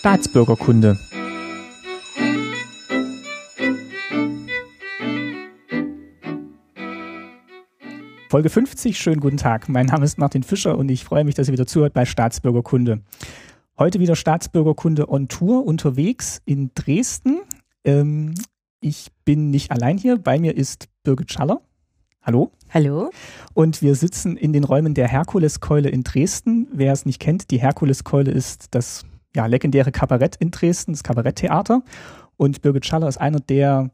Staatsbürgerkunde. Folge 50, schönen guten Tag. Mein Name ist Martin Fischer und ich freue mich, dass ihr wieder zuhört bei Staatsbürgerkunde. Heute wieder Staatsbürgerkunde on Tour unterwegs in Dresden. Ich bin nicht allein hier, bei mir ist Birgit Schaller. Hallo. Hallo. Und wir sitzen in den Räumen der Herkuleskeule in Dresden. Wer es nicht kennt, die Herkuleskeule ist das legendäre Kabarett in Dresden, das Kabaretttheater. Und Birgit Schaller ist einer der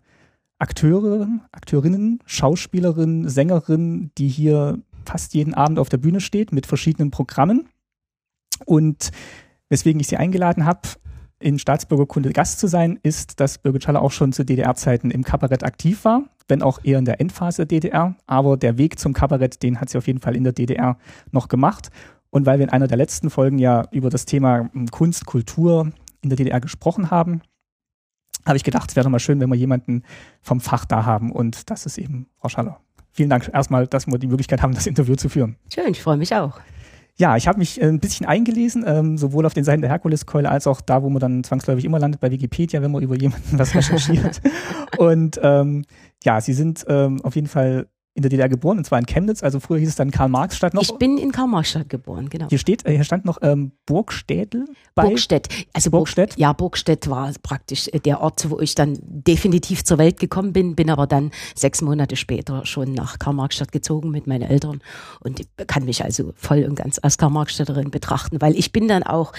Akteurinnen, Schauspielerinnen, Sängerinnen, die hier fast jeden Abend auf der Bühne steht mit verschiedenen Programmen. Und weswegen ich sie eingeladen habe, in Staatsbürgerkunde Gast zu sein, ist, dass Birgit Schaller auch schon zu DDR-Zeiten im Kabarett aktiv war, wenn auch eher in der Endphase der DDR. Aber der Weg zum Kabarett, den hat sie auf jeden Fall in der DDR noch gemacht. Und weil wir in einer der letzten Folgen ja über das Thema Kunst, Kultur in der DDR gesprochen haben, habe ich gedacht, es wäre doch mal schön, wenn wir jemanden vom Fach da haben. Und das ist eben Frau Schaller. Vielen Dank erstmal, dass wir die Möglichkeit haben, das Interview zu führen. Schön, ich freue mich auch. Ja, ich habe mich ein bisschen eingelesen, sowohl auf den Seiten der Herkuleskeule als auch da, wo man dann zwangsläufig immer landet, bei Wikipedia, wenn man über jemanden was recherchiert. Und Sie sind auf jeden Fall in der DDR geboren, und zwar in Chemnitz, also früher hieß es dann Karl-Marx-Stadt noch. Ich bin in Karl-Marx-Stadt geboren, genau. Hier stand noch Burgstädel bei. Burgstädt. Also Burgstädt? Ja, Burgstädt war praktisch der Ort, wo ich dann definitiv zur Welt gekommen bin aber dann 6 Monate später schon nach Karl-Marx-Stadt gezogen mit meinen Eltern und kann mich also voll und ganz als Karl-Marx-Städterin betrachten, weil ich bin dann auch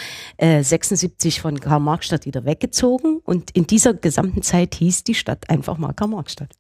76 von Karl-Marx-Stadt wieder weggezogen und in dieser gesamten Zeit hieß die Stadt einfach mal Karl-Marx-Stadt.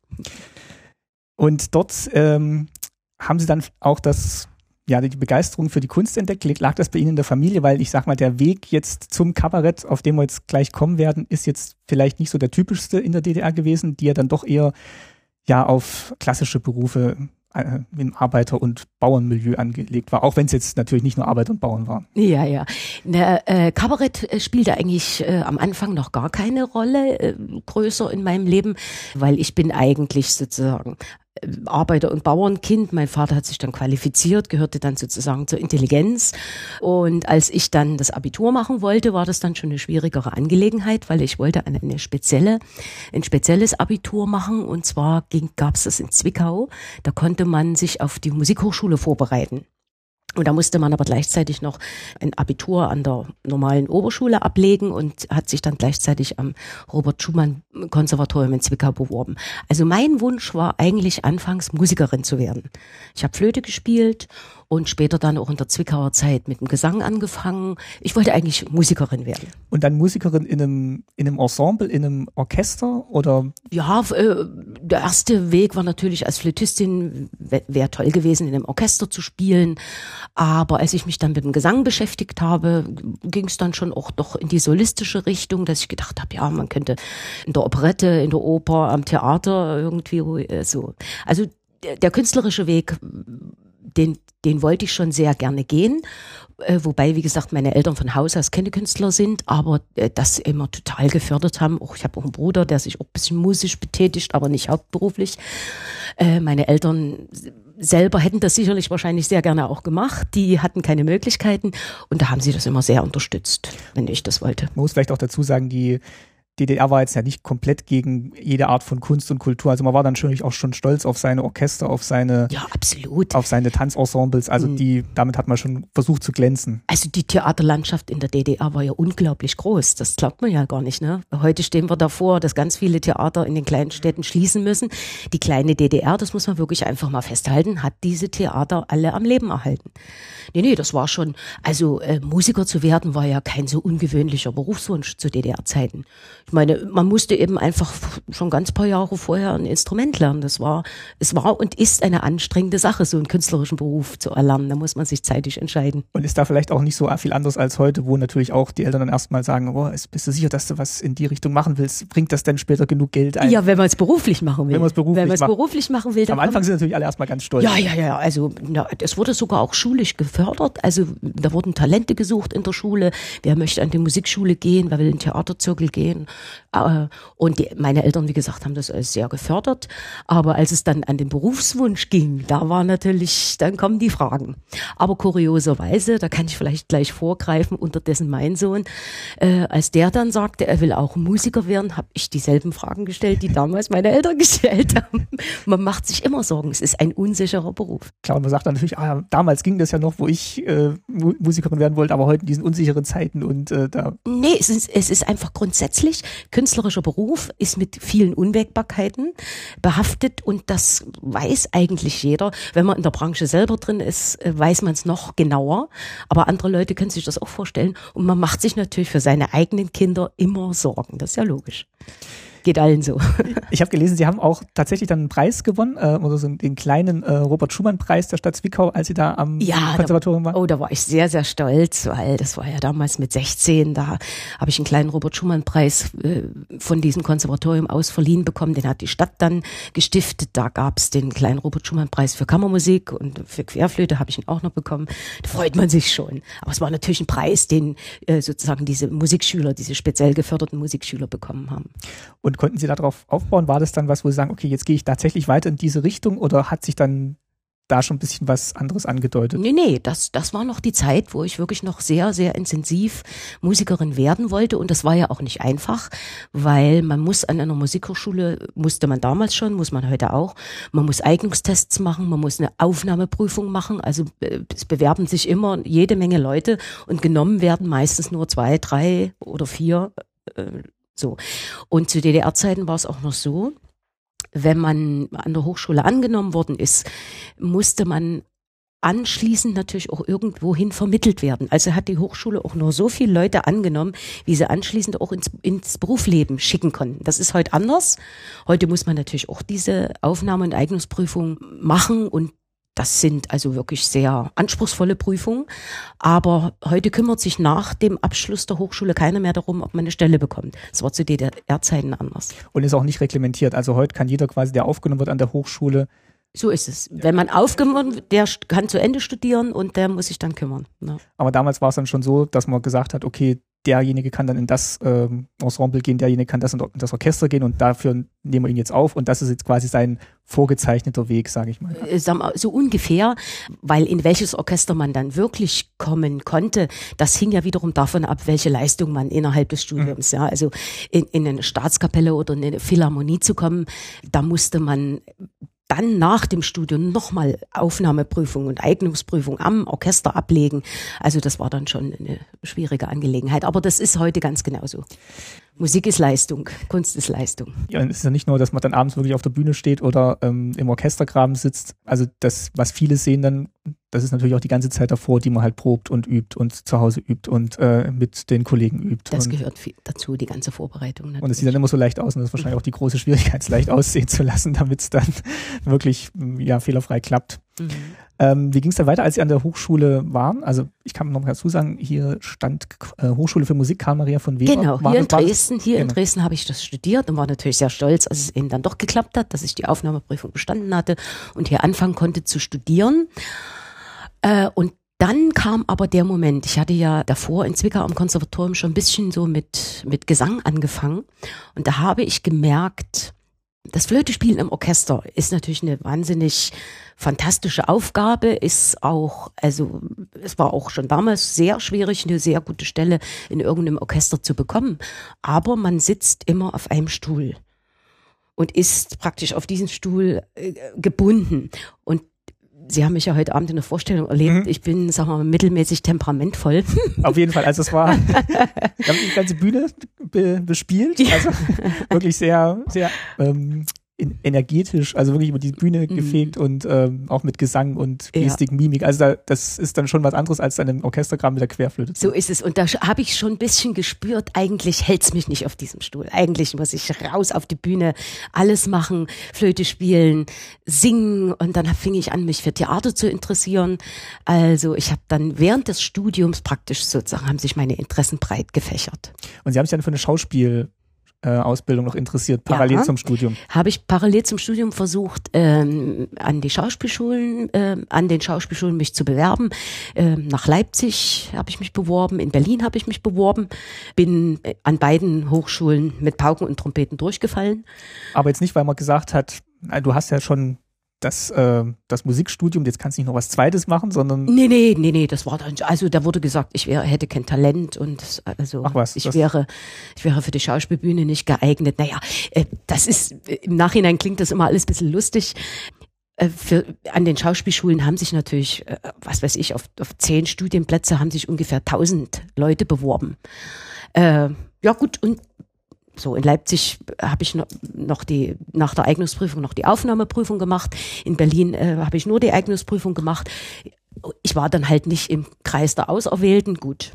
Und dort haben Sie dann auch die Begeisterung für die Kunst entdeckt. Lag das bei Ihnen in der Familie? Weil ich sag mal, der Weg jetzt zum Kabarett, auf den wir jetzt gleich kommen werden, ist jetzt vielleicht nicht so der typischste in der DDR gewesen, die ja dann doch eher auf klassische Berufe im Arbeiter- und Bauernmilieu angelegt war, auch wenn es jetzt natürlich nicht nur Arbeiter und Bauern waren. Ja. Kabarett spielte eigentlich am Anfang noch gar keine Rolle größer in meinem Leben, weil ich bin eigentlich sozusagen Arbeiter- und Bauernkind. Mein Vater hat sich dann qualifiziert, gehörte dann sozusagen zur Intelligenz. Und als ich dann das Abitur machen wollte, war das dann schon eine schwierigere Angelegenheit, weil ich wollte ein spezielles Abitur machen. Und zwar gab es das in Zwickau. Da konnte man sich auf die Musikhochschule vorbereiten. Und da musste man aber gleichzeitig noch ein Abitur an der normalen Oberschule ablegen und hat sich dann gleichzeitig am Robert-Schumann-Konservatorium in Zwickau beworben. Also mein Wunsch war eigentlich anfangs Musikerin zu werden. Ich habe Flöte gespielt und später dann auch in der Zwickauer Zeit mit dem Gesang angefangen. Ich wollte eigentlich Musikerin werden. Und dann Musikerin in einem Ensemble, in einem Orchester oder? Ja, der erste Weg war natürlich als Flötistin, wäre toll gewesen, in einem Orchester zu spielen. Aber als ich mich dann mit dem Gesang beschäftigt habe, ging es dann schon auch doch in die solistische Richtung, dass ich gedacht habe, ja, man könnte in der Operette, in der Oper, am Theater irgendwie so. Also der künstlerische Weg, den wollte ich schon sehr gerne gehen, wobei, wie gesagt, meine Eltern von Haus aus keine Künstler sind, aber das immer total gefördert haben. Ich habe auch einen Bruder, der sich auch ein bisschen musisch betätigt, aber nicht hauptberuflich. Meine Eltern selber hätten das sicherlich wahrscheinlich sehr gerne auch gemacht. Die hatten keine Möglichkeiten und da haben sie das immer sehr unterstützt, wenn ich das wollte. Man muss vielleicht auch dazu sagen, die DDR war jetzt ja nicht komplett gegen jede Art von Kunst und Kultur. Also man war dann natürlich auch schon stolz auf seine Orchester, auf seine Tanzensembles. Also damit hat man schon versucht zu glänzen. Also die Theaterlandschaft in der DDR war ja unglaublich groß. Das glaubt man ja gar nicht, ne? Heute stehen wir davor, dass ganz viele Theater in den kleinen Städten schließen müssen. Die kleine DDR, das muss man wirklich einfach mal festhalten, hat diese Theater alle am Leben erhalten. Nee, das war schon, also Musiker zu werden war ja kein so ungewöhnlicher Berufswunsch zu DDR-Zeiten. Ich meine, man musste eben einfach schon ganz paar Jahre vorher ein Instrument lernen. Es war und ist eine anstrengende Sache, so einen künstlerischen Beruf zu erlernen. Da muss man sich zeitig entscheiden. Und ist da vielleicht auch nicht so viel anders als heute, wo natürlich auch die Eltern dann erstmal sagen, bist du sicher, dass du was in die Richtung machen willst? Bringt das denn später genug Geld ein? Ja, wenn man es beruflich machen will. Wenn man es beruflich machen will. Am Anfang sind natürlich alle erstmal ganz stolz. Ja. Also es wurde sogar auch schulisch gefördert. Also da wurden Talente gesucht in der Schule. Wer möchte an die Musikschule gehen? Wer will in den Theaterzirkel gehen? Und meine Eltern, wie gesagt, haben das alles sehr gefördert. Aber als es dann an den Berufswunsch ging, dann kommen die Fragen. Aber kurioserweise, da kann ich vielleicht gleich vorgreifen, unterdessen mein Sohn, als der dann sagte, er will auch Musiker werden, habe ich dieselben Fragen gestellt, die damals meine Eltern gestellt haben. Man macht sich immer Sorgen, es ist ein unsicherer Beruf. Klar, und man sagt dann natürlich, damals ging das ja noch, wo ich Musikerin werden wollte, aber heute in diesen unsicheren Zeiten und da... Nee, es ist einfach grundsätzlich, künstlerischer Beruf ist mit vielen Unwägbarkeiten behaftet und das weiß eigentlich jeder. Wenn man in der Branche selber drin ist, weiß man es noch genauer, aber andere Leute können sich das auch vorstellen und man macht sich natürlich für seine eigenen Kinder immer Sorgen, das ist ja logisch. Geht allen so. Ich habe gelesen, Sie haben auch tatsächlich dann einen Preis gewonnen, oder so den kleinen Robert-Schumann-Preis der Stadt Zwickau, als Sie da am Konservatorium waren. Da war ich sehr, sehr stolz, weil das war ja damals mit 16, da habe ich einen kleinen Robert-Schumann-Preis von diesem Konservatorium aus verliehen bekommen, den hat die Stadt dann gestiftet, da gab es den kleinen Robert-Schumann-Preis für Kammermusik und für Querflöte habe ich ihn auch noch bekommen, da freut man sich schon, aber es war natürlich ein Preis, den sozusagen diese Musikschüler, diese speziell geförderten Musikschüler bekommen haben. Und konnten Sie darauf aufbauen? War das dann was, wo Sie sagen, okay, jetzt gehe ich tatsächlich weiter in diese Richtung oder hat sich dann da schon ein bisschen was anderes angedeutet? Nee, das war noch die Zeit, wo ich wirklich noch sehr, sehr intensiv Musikerin werden wollte und das war ja auch nicht einfach, weil man muss an einer Musikhochschule, musste man damals schon, muss man heute auch, man muss Eignungstests machen, man muss eine Aufnahmeprüfung machen, also es bewerben sich immer jede Menge Leute und genommen werden meistens nur 2, 3 oder 4 so. Und zu DDR-Zeiten war es auch noch so, wenn man an der Hochschule angenommen worden ist, musste man anschließend natürlich auch irgendwohin vermittelt werden. Also hat die Hochschule auch nur so viele Leute angenommen, wie sie anschließend auch ins Berufsleben schicken konnten. Das ist heute anders. Heute muss man natürlich auch diese Aufnahme- und Eignungsprüfung machen und das sind also wirklich sehr anspruchsvolle Prüfungen, aber heute kümmert sich nach dem Abschluss der Hochschule keiner mehr darum, ob man eine Stelle bekommt. Das war zu DDR-Zeiten anders. Und ist auch nicht reglementiert, also heute kann jeder quasi, der aufgenommen wird an der Hochschule. So ist es. Wenn man aufgenommen wird, der kann zu Ende studieren und der muss sich dann kümmern. Ja. Aber damals war es dann schon so, dass man gesagt hat, okay, derjenige kann dann in das Ensemble gehen, derjenige kann das in das Orchester gehen und dafür nehmen wir ihn jetzt auf und das ist jetzt quasi sein vorgezeichneter Weg, sage ich mal. So ungefähr, weil in welches Orchester man dann wirklich kommen konnte, das hing ja wiederum davon ab, welche Leistung man innerhalb des Studiums, ja, also in eine Staatskapelle oder in eine Philharmonie zu kommen, da musste man dann nach dem Studium nochmal Aufnahmeprüfung und Eignungsprüfung am Orchester ablegen. Also das war dann schon eine schwierige Angelegenheit. Aber das ist heute ganz genauso. Musik ist Leistung, Kunst ist Leistung. Ja, es ist ja nicht nur, dass man dann abends wirklich auf der Bühne steht oder im Orchestergraben sitzt. Also das, was viele sehen dann, das ist natürlich auch die ganze Zeit davor, die man halt probt und übt und zu Hause übt und mit den Kollegen übt. Das gehört dazu, die ganze Vorbereitung. Natürlich. Und es sieht dann immer so leicht aus und das ist wahrscheinlich auch die große Schwierigkeit, es leicht aussehen zu lassen, damit es dann wirklich fehlerfrei klappt. Wie ging es dann weiter, als Sie an der Hochschule waren? Also ich kann noch mal dazu sagen, hier stand Hochschule für Musik Karl Maria von Weber. Genau, hier in Dresden habe ich das studiert und war natürlich sehr stolz, als es eben dann doch geklappt hat, dass ich die Aufnahmeprüfung bestanden hatte und hier anfangen konnte zu studieren. Und dann kam aber der Moment, ich hatte ja davor in Zwickau am Konservatorium schon ein bisschen so mit Gesang angefangen und da habe ich gemerkt, das Flötespielen im Orchester ist natürlich eine wahnsinnig fantastische Aufgabe, ist auch, also es war auch schon damals sehr schwierig, eine sehr gute Stelle in irgendeinem Orchester zu bekommen, aber man sitzt immer auf einem Stuhl und ist praktisch auf diesen Stuhl gebunden und Sie haben mich ja heute Abend in der Vorstellung erlebt. Ich bin, sagen wir mal, mittelmäßig temperamentvoll. Auf jeden Fall. Also es war, wir haben die ganze Bühne bespielt. Also wirklich sehr, sehr energetisch, also wirklich über die Bühne gefegt und auch mit Gesang und Gestik, Mimik. Also das ist dann schon was anderes als dann im Orchestergraben mit der Querflöte. So ist es. Und da habe ich schon ein bisschen gespürt, eigentlich hält's mich nicht auf diesem Stuhl. Eigentlich muss ich raus auf die Bühne, alles machen, Flöte spielen, singen. Und dann fing ich an, mich für Theater zu interessieren. Also ich habe dann während des Studiums praktisch sozusagen, haben sich meine Interessen breit gefächert. Und Sie haben sich dann für eine Schauspielschule Ausbildung noch interessiert, parallel zum Studium? Habe ich parallel zum Studium versucht, an den Schauspielschulen mich zu bewerben. Nach Leipzig habe ich mich beworben, in Berlin habe ich mich beworben, bin an beiden Hochschulen mit Pauken und Trompeten durchgefallen. Aber jetzt nicht, weil man gesagt hat, du hast ja schon das Musikstudium, jetzt kannst du nicht noch was Zweites machen, sondern... Nee, das war dann, also da wurde gesagt, ich hätte kein Talent und also ich wäre für die Schauspielbühne nicht geeignet. Naja, das ist, im Nachhinein klingt das immer alles ein bisschen lustig. An den Schauspielschulen haben sich natürlich, was weiß ich, auf 10 Studienplätze haben sich ungefähr 1000 Leute beworben. Ja gut, und so, in Leipzig habe ich nach der Eignungsprüfung noch die Aufnahmeprüfung gemacht. In Berlin habe ich nur die Eignungsprüfung gemacht. Ich war dann halt nicht im Kreis der Auserwählten, gut.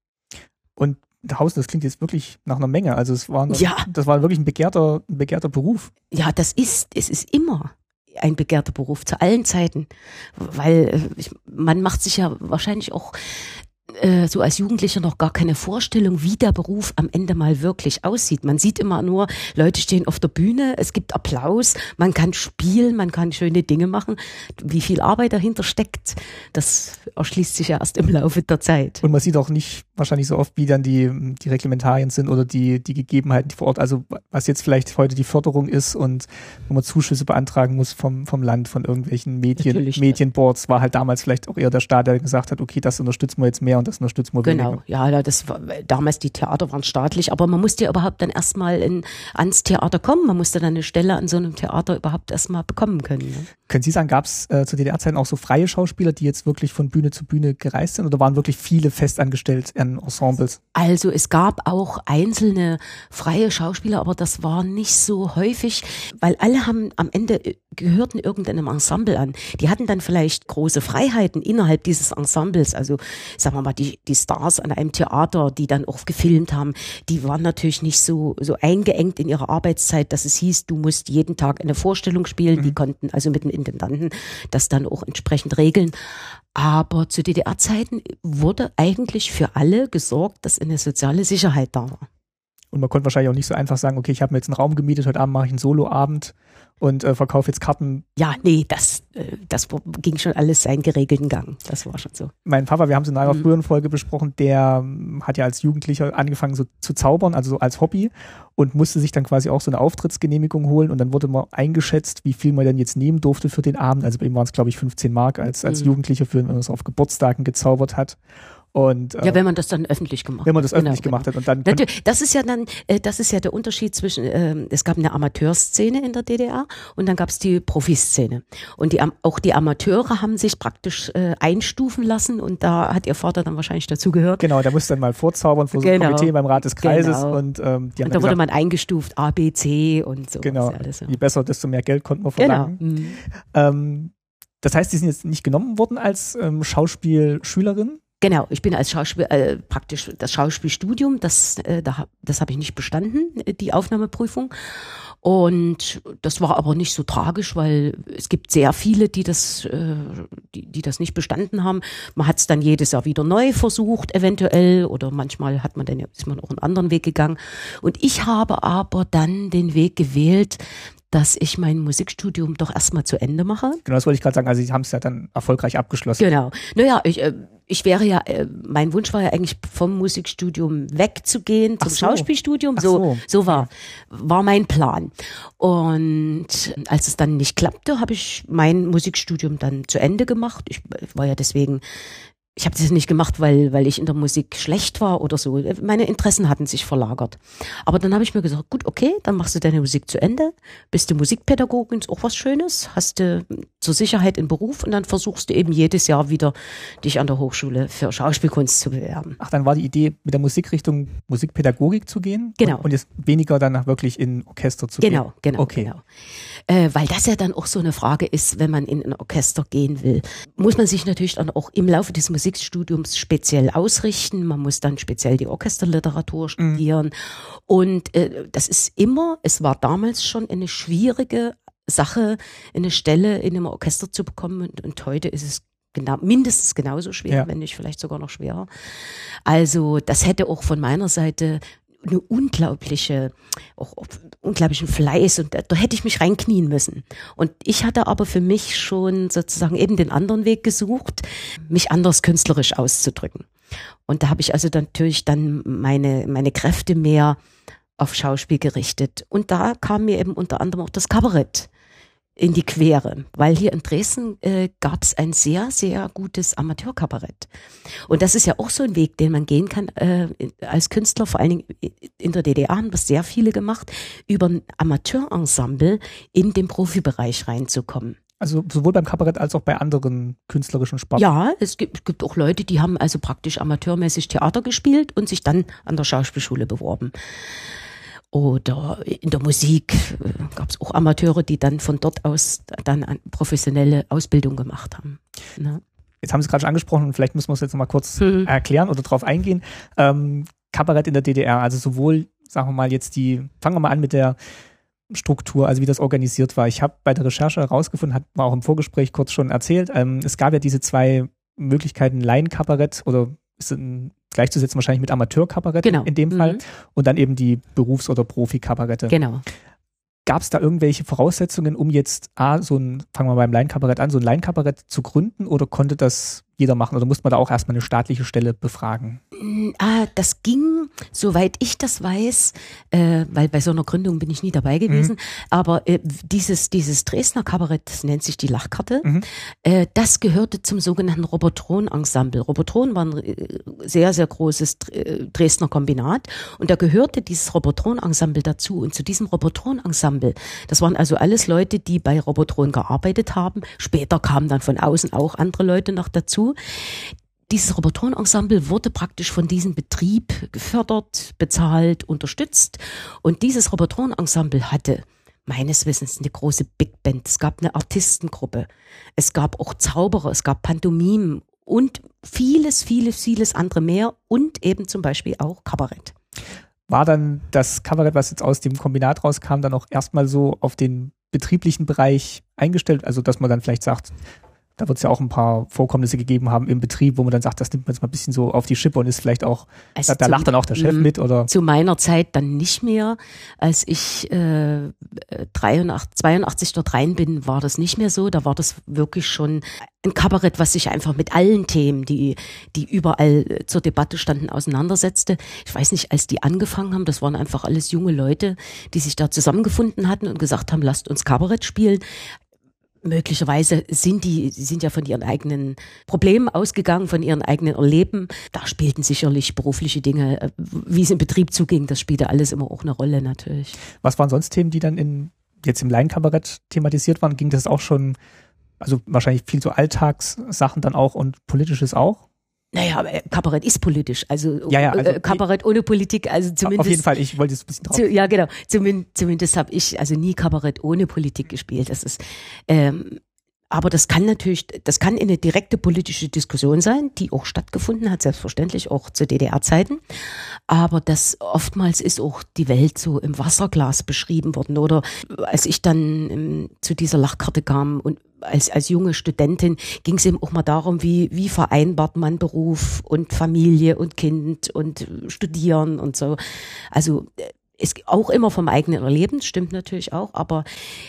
Und Hausen, das klingt jetzt wirklich nach einer Menge. Also das war wirklich ein begehrter Beruf. Ja, es ist immer ein begehrter Beruf, zu allen Zeiten. Weil man macht sich ja wahrscheinlich auch so als Jugendlicher noch gar keine Vorstellung, wie der Beruf am Ende mal wirklich aussieht. Man sieht immer nur, Leute stehen auf der Bühne, es gibt Applaus, man kann spielen, man kann schöne Dinge machen. Wie viel Arbeit dahinter steckt, das erschließt sich ja erst im Laufe der Zeit. Und man sieht auch nicht wahrscheinlich so oft, wie dann die Reglementarien sind oder die Gegebenheiten vor Ort. Also was jetzt vielleicht heute die Förderung ist und wo man Zuschüsse beantragen muss vom Land, von irgendwelchen Medienboards, war halt damals vielleicht auch eher der Staat, der gesagt hat, okay, das unterstützen wir jetzt mehr und das unterstützen wir weniger. Genau, ja, damals die Theater waren staatlich, aber man musste ja überhaupt dann erstmal ans Theater kommen. Man musste dann eine Stelle an so einem Theater überhaupt erstmal bekommen können. Ne? Können Sie sagen, gab es zu DDR-Zeiten auch so freie Schauspieler, die jetzt wirklich von Bühne zu Bühne gereist sind oder waren wirklich viele festangestellt in Ensembles? Also es gab auch einzelne freie Schauspieler, aber das war nicht so häufig, weil alle haben am Ende gehörten irgendeinem Ensemble an. Die hatten dann vielleicht große Freiheiten innerhalb dieses Ensembles. Also sagen wir mal, die Stars an einem Theater, die dann auch gefilmt haben, die waren natürlich nicht so eingeengt in ihrer Arbeitszeit, dass es hieß, du musst jeden Tag eine Vorstellung spielen. Die konnten also mit den Intendanten das dann auch entsprechend regeln. Aber zu DDR-Zeiten wurde eigentlich für alle gesorgt, dass eine soziale Sicherheit da war. Und man konnte wahrscheinlich auch nicht so einfach sagen, okay, ich habe mir jetzt einen Raum gemietet, heute Abend mache ich einen Soloabend und verkaufe jetzt Karten. Ja, nee, das ging schon alles seinen geregelten Gang. Das war schon so. Mein Papa, wir haben es in einer früheren Folge besprochen, der hat ja als Jugendlicher angefangen so zu zaubern, also so als Hobby und musste sich dann quasi auch so eine Auftrittsgenehmigung holen und dann wurde mal eingeschätzt, wie viel man denn jetzt nehmen durfte für den Abend. Also bei ihm waren es, glaube ich, 15 Mark als Jugendlicher, wenn man es auf Geburtstagen gezaubert hat. Und, ja, wenn man das dann öffentlich gemacht hat. Wenn man das öffentlich gemacht hat. Und dann das ist ja der Unterschied zwischen, es gab eine Amateurszene in der DDR und dann gab es die Profiszene. Und auch die Amateure haben sich praktisch einstufen lassen und da hat ihr Vater dann wahrscheinlich dazugehört. Genau, der musste dann mal vorzaubern vor so einem Komitee beim Rat des Kreises. Genau. Und da wurde man eingestuft, A, B, C und so. Genau, alles, ja. Je besser, desto mehr Geld konnten wir verlangen. Genau. Das heißt, Sie sind jetzt nicht genommen worden als Schauspielschülerin? Genau, ich bin als praktisch das Schauspielstudium, das habe ich nicht bestanden, die Aufnahmeprüfung. Und das war aber nicht so tragisch, weil es gibt sehr viele, die das nicht bestanden haben. Man hat es dann jedes Jahr wieder neu versucht, eventuell, oder manchmal ist man auch einen anderen Weg gegangen. Und ich habe aber dann den Weg gewählt, dass ich mein Musikstudium doch erstmal zu Ende mache. Genau, das wollte ich gerade sagen. Also Sie haben es ja dann erfolgreich abgeschlossen. Genau. Naja, ich wäre ja, mein Wunsch war ja eigentlich vom Musikstudium wegzugehen zum Schauspielstudium. So war mein Plan. Und als es dann nicht klappte, habe ich mein Musikstudium dann zu Ende gemacht. Ich war ja deswegen, ich habe das nicht gemacht, weil ich in der Musik schlecht war oder so. Meine Interessen hatten sich verlagert. Aber dann habe ich mir gesagt, gut, okay, dann machst du deine Musik zu Ende, bist du Musikpädagogin, ist auch was Schönes, hast du zur Sicherheit einen Beruf und dann versuchst du eben jedes Jahr wieder, dich an der Hochschule für Schauspielkunst zu bewerben. Ach, dann war die Idee, mit der Musikrichtung Musikpädagogik zu gehen? Genau. Und jetzt weniger dann wirklich in Orchester zu gehen? Genau. Okay. Genau. Weil das ja dann auch so eine Frage ist, wenn man in ein Orchester gehen will, muss man sich natürlich dann auch im Laufe des Musikstudiums speziell ausrichten. Man muss dann speziell die Orchesterliteratur studieren. Und es war damals schon eine schwierige Sache, eine Stelle in einem Orchester zu bekommen. Und heute ist es mindestens genauso schwer, wenn nicht vielleicht sogar noch schwerer. Also das hätte auch von meiner Seite eine unglaublichen Fleiß und da hätte ich mich reinknien müssen. Und ich hatte aber für mich schon sozusagen eben den anderen Weg gesucht, mich anders künstlerisch auszudrücken. Und da habe ich also natürlich dann meine Kräfte mehr auf Schauspiel gerichtet. Und da kam mir eben unter anderem auch das Kabarett in die Quere, weil hier in Dresden gab es ein sehr, sehr gutes Amateurkabarett. Und das ist ja auch so ein Weg, den man gehen kann als Künstler, vor allen Dingen in der DDR haben das sehr viele gemacht, über ein Amateurensemble in den Profibereich reinzukommen. Also sowohl beim Kabarett als auch bei anderen künstlerischen Sparten? Ja, es gibt auch Leute, die haben also praktisch amateurmäßig Theater gespielt und sich dann an der Schauspielschule beworben. Oder in der Musik gab es auch Amateure, die dann von dort aus dann eine professionelle Ausbildung gemacht haben. Ne? Jetzt haben Sie es gerade schon angesprochen und vielleicht müssen wir es jetzt noch mal kurz erklären oder drauf eingehen. Kabarett in der DDR, also sowohl, sagen wir mal jetzt fangen wir mal an mit der Struktur, also wie das organisiert war. Ich habe bei der Recherche herausgefunden, war auch im Vorgespräch kurz schon erzählt, es gab ja diese zwei Möglichkeiten, Laienkabarett oder ist gleichzusetzen wahrscheinlich mit Amateurkabarett in dem Fall und dann eben die Berufs- oder Profikabarette. Genau. Gab es da irgendwelche Voraussetzungen, um jetzt fangen wir beim Laienkabarett an, so ein Laienkabarett zu gründen oder konnte das jeder machen oder musste man da auch erstmal eine staatliche Stelle befragen? Das ging, soweit ich das weiß, weil bei so einer Gründung bin ich nie dabei gewesen, aber dieses Dresdner Kabarett, das nennt sich die Lachkarte, das gehörte zum sogenannten Robotron-Ensemble. Robotron war ein sehr, sehr großes Dresdner Kombinat und da gehörte dieses Robotron-Ensemble dazu und zu diesem Robotron-Ensemble, das waren also alles Leute, die bei Robotron gearbeitet haben, später kamen dann von außen auch andere Leute noch dazu. Dieses Robotron-Ensemble wurde praktisch von diesem Betrieb gefördert, bezahlt, unterstützt. Und dieses Robotron-Ensemble hatte meines Wissens eine große Big Band. Es gab eine Artistengruppe. Es gab auch Zauberer, es gab Pantomimen und vieles, vieles, vieles andere mehr und eben zum Beispiel auch Kabarett. War dann das Kabarett, was jetzt aus dem Kombinat rauskam, dann auch erstmal so auf den betrieblichen Bereich eingestellt? Also dass man dann vielleicht sagt, da wird es ja auch ein paar Vorkommnisse gegeben haben im Betrieb, wo man dann sagt, das nimmt man jetzt mal ein bisschen so auf die Schippe und ist vielleicht auch, also da lacht dann auch der Chef mit, oder? Zu meiner Zeit dann nicht mehr. Als ich 82 dort rein bin, war das nicht mehr so. Da war das wirklich schon ein Kabarett, was sich einfach mit allen Themen, die überall zur Debatte standen, auseinandersetzte. Ich weiß nicht, als die angefangen haben, das waren einfach alles junge Leute, die sich da zusammengefunden hatten und gesagt haben, lasst uns Kabarett spielen. Möglicherweise sind ja von ihren eigenen Problemen ausgegangen, von ihren eigenen Erleben. Da spielten sicherlich berufliche Dinge, wie es im Betrieb zuging, das spielte alles immer auch eine Rolle natürlich. Was waren sonst Themen, die dann jetzt im Laienkabarett thematisiert waren? Ging das auch schon, also wahrscheinlich viel so Alltagssachen dann auch und Politisches auch? Naja, aber Kabarett ist politisch, also Kabarett ohne Politik, also zumindest. Auf jeden Fall, ich wollte jetzt ein bisschen drauf. Ja, genau, zumindest habe ich also nie Kabarett ohne Politik gespielt, das ist, aber das kann eine direkte politische Diskussion sein, die auch stattgefunden hat, selbstverständlich auch zu DDR-Zeiten, aber das oftmals ist auch die Welt so im Wasserglas beschrieben worden oder als ich dann zu dieser Lachkarte kam und als junge Studentin ging es eben auch mal darum, wie vereinbart man Beruf und Familie und Kind und Studieren und so. Also ist auch immer vom eigenen Erleben, stimmt natürlich auch, aber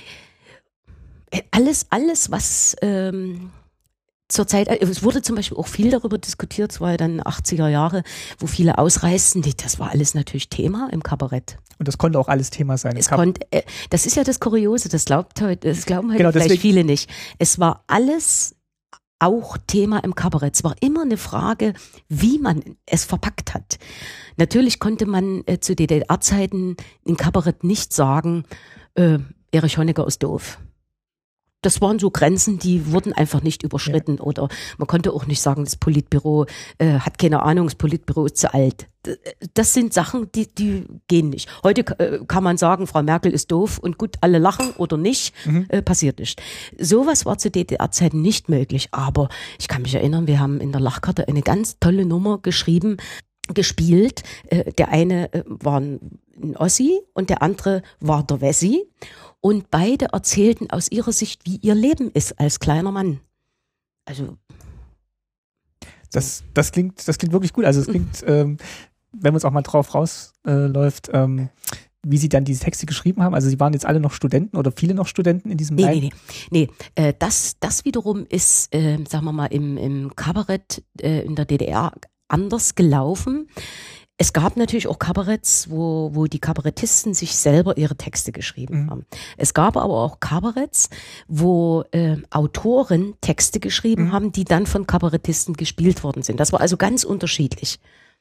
alles was zurzeit, es wurde zum Beispiel auch viel darüber diskutiert, es war ja dann 80er Jahre, wo viele ausreisten, das war alles natürlich Thema im Kabarett. Und das konnte auch alles Thema sein. Das ist ja das Kuriose, das glauben heute genau, vielleicht viele nicht. Es war alles auch Thema im Kabarett. Es war immer eine Frage, wie man es verpackt hat. Natürlich konnte man zu DDR-Zeiten im Kabarett nicht sagen, Erich Honecker ist doof. Das waren so Grenzen, die wurden einfach nicht überschritten. Ja. Oder man konnte auch nicht sagen, das Politbüro hat keine Ahnung, das Politbüro ist zu alt. Das sind Sachen, die gehen nicht. Heute kann man sagen, Frau Merkel ist doof und gut, alle lachen oder nicht, passiert nicht. Sowas war zu DDR-Zeiten nicht möglich. Aber ich kann mich erinnern, wir haben in der Lachkarte eine ganz tolle Nummer gespielt. Der eine war ein Ossi und der andere war der Wessi. Und beide erzählten aus ihrer Sicht, wie ihr Leben ist als kleiner Mann. Also das klingt wirklich gut. Also es klingt wenn uns auch mal drauf rausläuft, wie Sie dann diese Texte geschrieben haben. Also Sie waren jetzt alle noch Studenten oder viele noch Studenten in diesem Nee. Das wiederum ist, sagen wir mal, im Kabarett in der DDR anders gelaufen. Es gab natürlich auch Kabaretts, wo die Kabarettisten sich selber ihre Texte geschrieben haben. Es gab aber auch Kabaretts, wo Autoren Texte geschrieben haben, die dann von Kabarettisten gespielt worden sind. Das war also ganz unterschiedlich.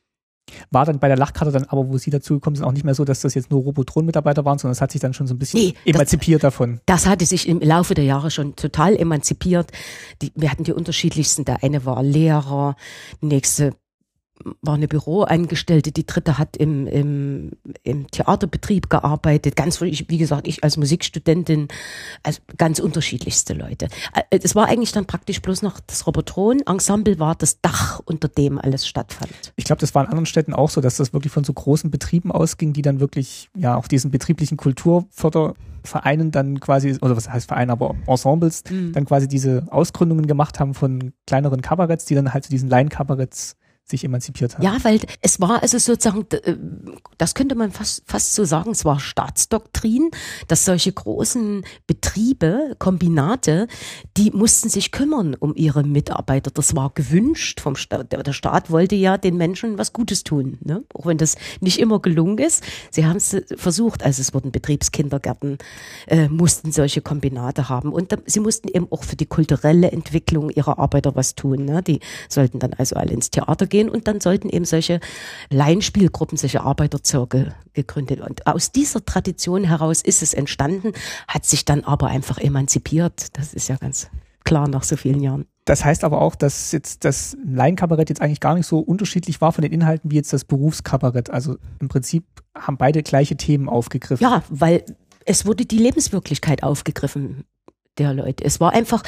War dann bei der Lachkarte dann aber, wo Sie dazugekommen sind, auch nicht mehr so, dass das jetzt nur Robotron-Mitarbeiter waren, sondern es hat sich dann schon so ein bisschen emanzipiert davon? Das hatte sich im Laufe der Jahre schon total emanzipiert. Wir hatten die unterschiedlichsten. Der eine war Lehrer, die nächste war eine Büroangestellte, die dritte hat im Theaterbetrieb gearbeitet, wie gesagt, ich als Musikstudentin, also ganz unterschiedlichste Leute. Es war eigentlich dann praktisch bloß noch das Robotron-Ensemble war das Dach, unter dem alles stattfand. Ich glaube, das war in anderen Städten auch so, dass das wirklich von so großen Betrieben ausging, die dann wirklich ja auf diesen betrieblichen Kulturfördervereinen dann quasi, oder was heißt Verein, aber Ensembles, dann quasi diese Ausgründungen gemacht haben von kleineren Kabaretts, die dann halt zu diesen Laienkabaretts sich emanzipiert haben. Ja, weil es war also sozusagen, das könnte man fast so sagen, es war Staatsdoktrin, dass solche großen Betriebe, Kombinate, die mussten sich kümmern um ihre Mitarbeiter. Das war gewünscht vom Staat. Der Staat wollte ja den Menschen was Gutes tun, ne? Auch wenn das nicht immer gelungen ist. Sie haben es versucht, also es wurden Betriebskindergärten, mussten solche Kombinate haben und sie mussten eben auch für die kulturelle Entwicklung ihrer Arbeiter was tun, ne? Die sollten dann also alle ins Theater gehen und dann sollten eben solche Laienspielgruppen, solche Arbeiterzirkel gegründet. Und aus dieser Tradition heraus ist es entstanden, hat sich dann aber einfach emanzipiert. Das ist ja ganz klar nach so vielen Jahren. Das heißt aber auch, dass jetzt das Laienkabarett jetzt eigentlich gar nicht so unterschiedlich war von den Inhalten wie jetzt das Berufskabarett. Also im Prinzip haben beide gleiche Themen aufgegriffen. Ja, weil es wurde die Lebenswirklichkeit aufgegriffen der Leute. Es war einfach,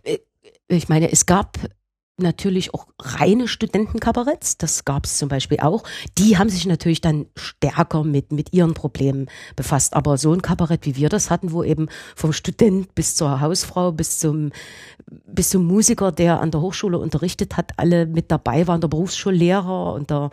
ich meine, es gab natürlich auch reine Studentenkabaretts, das gab es zum Beispiel auch. Die haben sich natürlich dann stärker mit ihren Problemen befasst. Aber so ein Kabarett, wie wir das hatten, wo eben vom Student bis zur Hausfrau, bis zum Musiker, der an der Hochschule unterrichtet hat, alle mit dabei waren, der Berufsschullehrer und der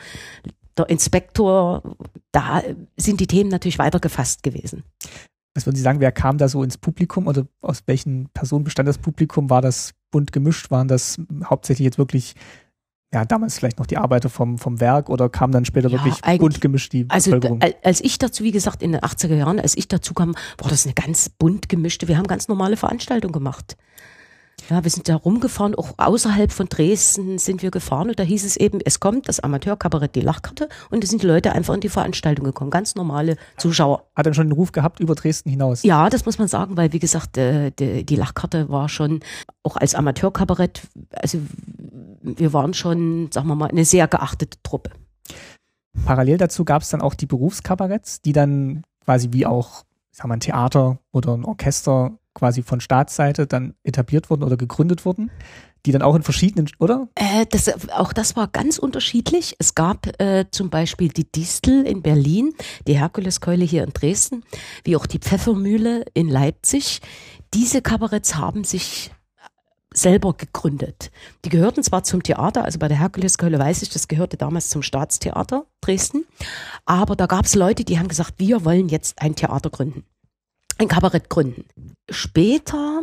Inspektor, da sind die Themen natürlich weiter gefasst gewesen. Was würden Sie sagen, wer kam da so ins Publikum oder aus welchen Personen bestand das Publikum? War das bunt gemischt? Waren das hauptsächlich jetzt wirklich, ja, damals vielleicht noch die Arbeiter vom Werk oder kam dann später wirklich bunt gemischt die Bevölkerung? Also als ich dazu, wie gesagt, in den 80er Jahren, als ich dazu kam, war das eine ganz bunt gemischte, wir haben ganz normale Veranstaltungen gemacht. Ja, wir sind da rumgefahren, auch außerhalb von Dresden sind wir gefahren und da hieß es eben, es kommt das Amateurkabarett, die Lachkarte und da sind die Leute einfach in die Veranstaltung gekommen, ganz normale Zuschauer. Hat dann schon den Ruf gehabt über Dresden hinaus? Ja, das muss man sagen, weil wie gesagt, die Lachkarte war schon auch als Amateurkabarett, also wir waren schon, sagen wir mal, eine sehr geachtete Truppe. Parallel dazu gab es dann auch die Berufskabaretts, die dann quasi wie auch, ich sag mal, ein Theater oder ein Orchester quasi von Staatsseite dann etabliert wurden oder gegründet wurden, die dann auch in verschiedenen, oder? Auch das war ganz unterschiedlich. Es gab zum Beispiel die Distel in Berlin, die Herkuleskeule hier in Dresden, wie auch die Pfeffermühle in Leipzig. Diese Kabaretts haben sich selber gegründet. Die gehörten zwar zum Theater, also bei der Herkuleskeule weiß ich, das gehörte damals zum Staatstheater Dresden, aber da gab es Leute, die haben gesagt, wir wollen jetzt ein Theater gründen. Ein Kabarett gründen. Später,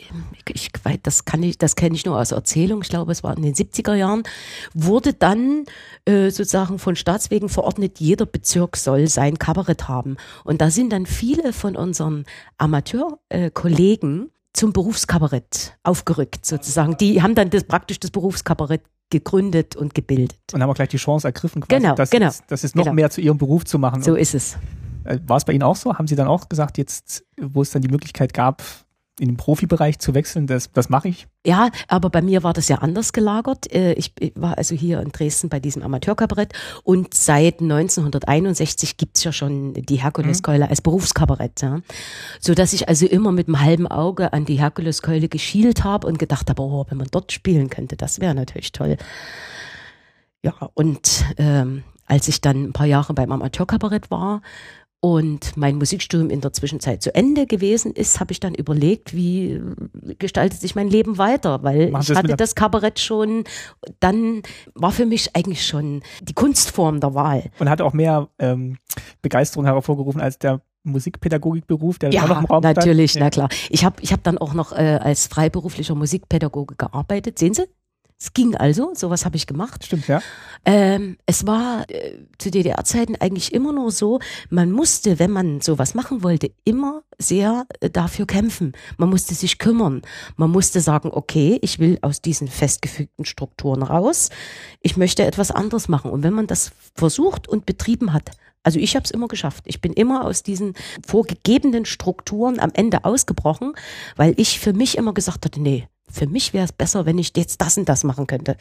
das kenne ich nur aus Erzählung, ich glaube, es war in den 70er Jahren, wurde dann sozusagen von Staatswegen verordnet, jeder Bezirk soll sein Kabarett haben. Und da sind dann viele von unseren Amateurkollegen zum Berufskabarett aufgerückt sozusagen. Die haben dann praktisch das Berufskabarett gegründet und gebildet. Und haben auch gleich die Chance ergriffen, quasi, das ist noch mehr zu ihrem Beruf zu machen. So ist es. War es bei Ihnen auch so? Haben Sie dann auch gesagt, jetzt, wo es dann die Möglichkeit gab, in den Profibereich zu wechseln, das mache ich? Ja, aber bei mir war das ja anders gelagert. Ich war also hier in Dresden bei diesem Amateurkabarett und seit 1961 gibt's ja schon die Herkuleskeule als Berufskabarett. Ja. So dass ich also immer mit einem halben Auge an die Herkuleskeule geschielt habe und gedacht habe, oh, wenn man dort spielen könnte, das wäre natürlich toll. Ja, und als ich dann ein paar Jahre beim Amateurkabarett war, und mein Musikstudium in der Zwischenzeit zu Ende gewesen ist, habe ich dann überlegt, wie gestaltet sich mein Leben weiter, weil ich hatte das Kabarett schon, dann war für mich eigentlich schon die Kunstform der Wahl. Und hatte auch mehr Begeisterung hervorgerufen als der Musikpädagogikberuf, der ja, auch noch im Raum stand. Natürlich, na klar. Ich hab dann auch noch als freiberuflicher Musikpädagoge gearbeitet, sehen Sie? Es ging also, sowas habe ich gemacht. Stimmt, ja. Es war zu DDR-Zeiten eigentlich immer nur so, man musste, wenn man sowas machen wollte, immer sehr dafür kämpfen. Man musste sich kümmern. Man musste sagen, okay, ich will aus diesen festgefügten Strukturen raus. Ich möchte etwas anderes machen. Und wenn man das versucht und betrieben hat, also ich habe es immer geschafft. Ich bin immer aus diesen vorgegebenen Strukturen am Ende ausgebrochen, weil ich für mich immer gesagt hatte, nee, für mich wäre es besser, wenn ich jetzt das und das machen könnte.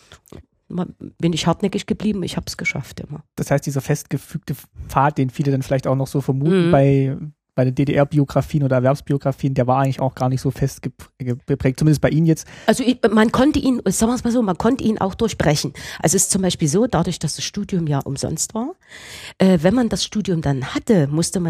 Bin ich hartnäckig geblieben, ich habe es geschafft immer. Das heißt, dieser festgefügte Pfad, den viele dann vielleicht auch noch so vermuten bei den DDR-Biografien oder Erwerbsbiografien, der war eigentlich auch gar nicht so fest geprägt, zumindest bei Ihnen jetzt. Also man konnte ihn, sagen wir es mal so, man konnte ihn auch durchbrechen. Also es ist zum Beispiel so, dadurch, dass das Studium ja umsonst war, wenn man das Studium dann hatte,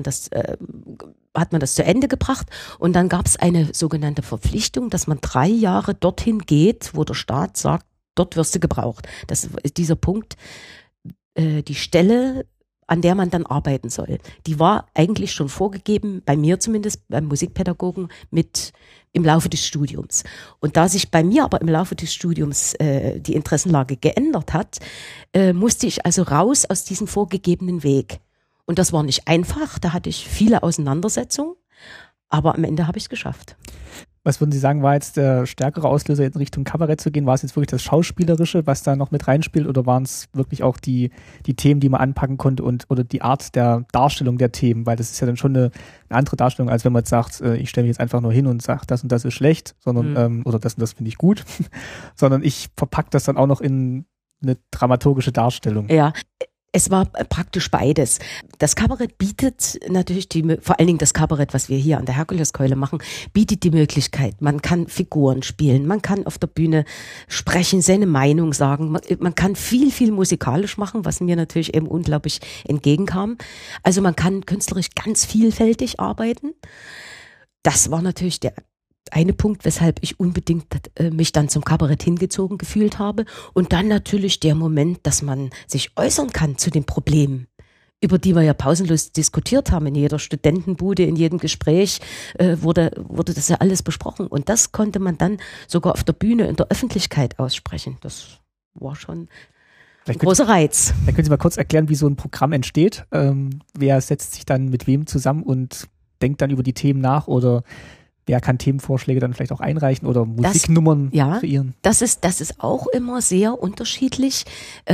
hat man das zu Ende gebracht und dann gab es eine sogenannte Verpflichtung, dass man 3 Jahre dorthin geht, wo der Staat sagt, dort wirst du gebraucht. Das ist dieser Punkt, die Stelle, an der man dann arbeiten soll. Die war eigentlich schon vorgegeben, bei mir zumindest, beim Musikpädagogen, im Laufe des Studiums. Und da sich bei mir aber im Laufe des Studiums die Interessenlage geändert hat, musste ich also raus aus diesem vorgegebenen Weg. Und das war nicht einfach, da hatte ich viele Auseinandersetzungen, aber am Ende habe ich es geschafft. Was würden Sie sagen, war jetzt der stärkere Auslöser, in Richtung Kabarett zu gehen? War es jetzt wirklich das Schauspielerische, was da noch mit reinspielt, oder waren es wirklich auch die Themen, die man anpacken konnte oder die Art der Darstellung der Themen? Weil das ist ja dann schon eine andere Darstellung, als wenn man jetzt sagt, ich stelle mich jetzt einfach nur hin und sage, das und das ist schlecht, sondern oder das und das finde ich gut, sondern ich verpacke das dann auch noch in eine dramaturgische Darstellung. Ja. Es war praktisch beides. Das Kabarett bietet natürlich vor allen Dingen das Kabarett, was wir hier an der Herkuleskeule machen, bietet die Möglichkeit. Man kann Figuren spielen, man kann auf der Bühne sprechen, seine Meinung sagen. Man kann viel, viel musikalisch machen, was mir natürlich eben unglaublich entgegenkam. Also man kann künstlerisch ganz vielfältig arbeiten. Das war natürlich der eine Punkt, weshalb ich unbedingt mich dann zum Kabarett hingezogen gefühlt habe. Und dann natürlich der Moment, dass man sich äußern kann zu den Problemen, über die wir ja pausenlos diskutiert haben. In jeder Studentenbude, in jedem Gespräch wurde das ja alles besprochen. Und das konnte man dann sogar auf der Bühne in der Öffentlichkeit aussprechen. Das war schon ein großer Reiz. Dann können Sie mal kurz erklären, wie so ein Programm entsteht. Wer setzt sich dann mit wem zusammen und denkt dann über die Themen nach, oder wer kann Themenvorschläge dann vielleicht auch einreichen oder Musiknummern kreieren? Das ist auch immer sehr unterschiedlich.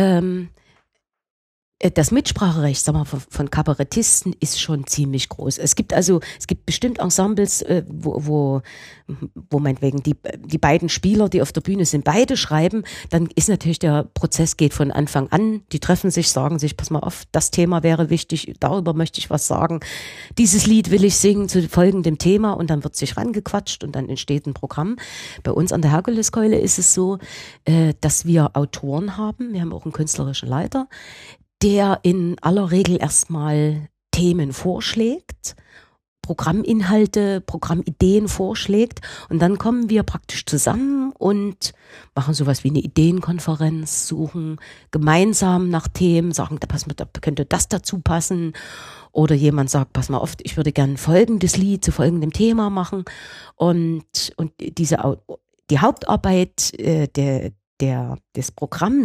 Das Mitspracherecht, sagen wir, von Kabarettisten ist schon ziemlich groß. Es gibt bestimmt Ensembles, wo meinetwegen die beiden Spieler, die auf der Bühne sind, beide schreiben. Dann ist natürlich der Prozess geht von Anfang an. Die treffen sich, sagen sich, pass mal auf, das Thema wäre wichtig, darüber möchte ich was sagen. Dieses Lied will ich singen zu folgendem Thema, und dann wird sich rangequatscht und dann entsteht ein Programm. Bei uns an der Herkuleskeule ist es so, dass wir Autoren haben. Wir haben auch einen künstlerischen Leiter, der in aller Regel erstmal Themen vorschlägt, Programminhalte, Programmideen vorschlägt, und dann kommen wir praktisch zusammen und machen sowas wie eine Ideenkonferenz, suchen gemeinsam nach Themen, sagen, da könnte das dazu passen, oder jemand sagt, pass mal auf, ich würde gerne folgendes Lied zu folgendem Thema machen, und die Hauptarbeit das Programm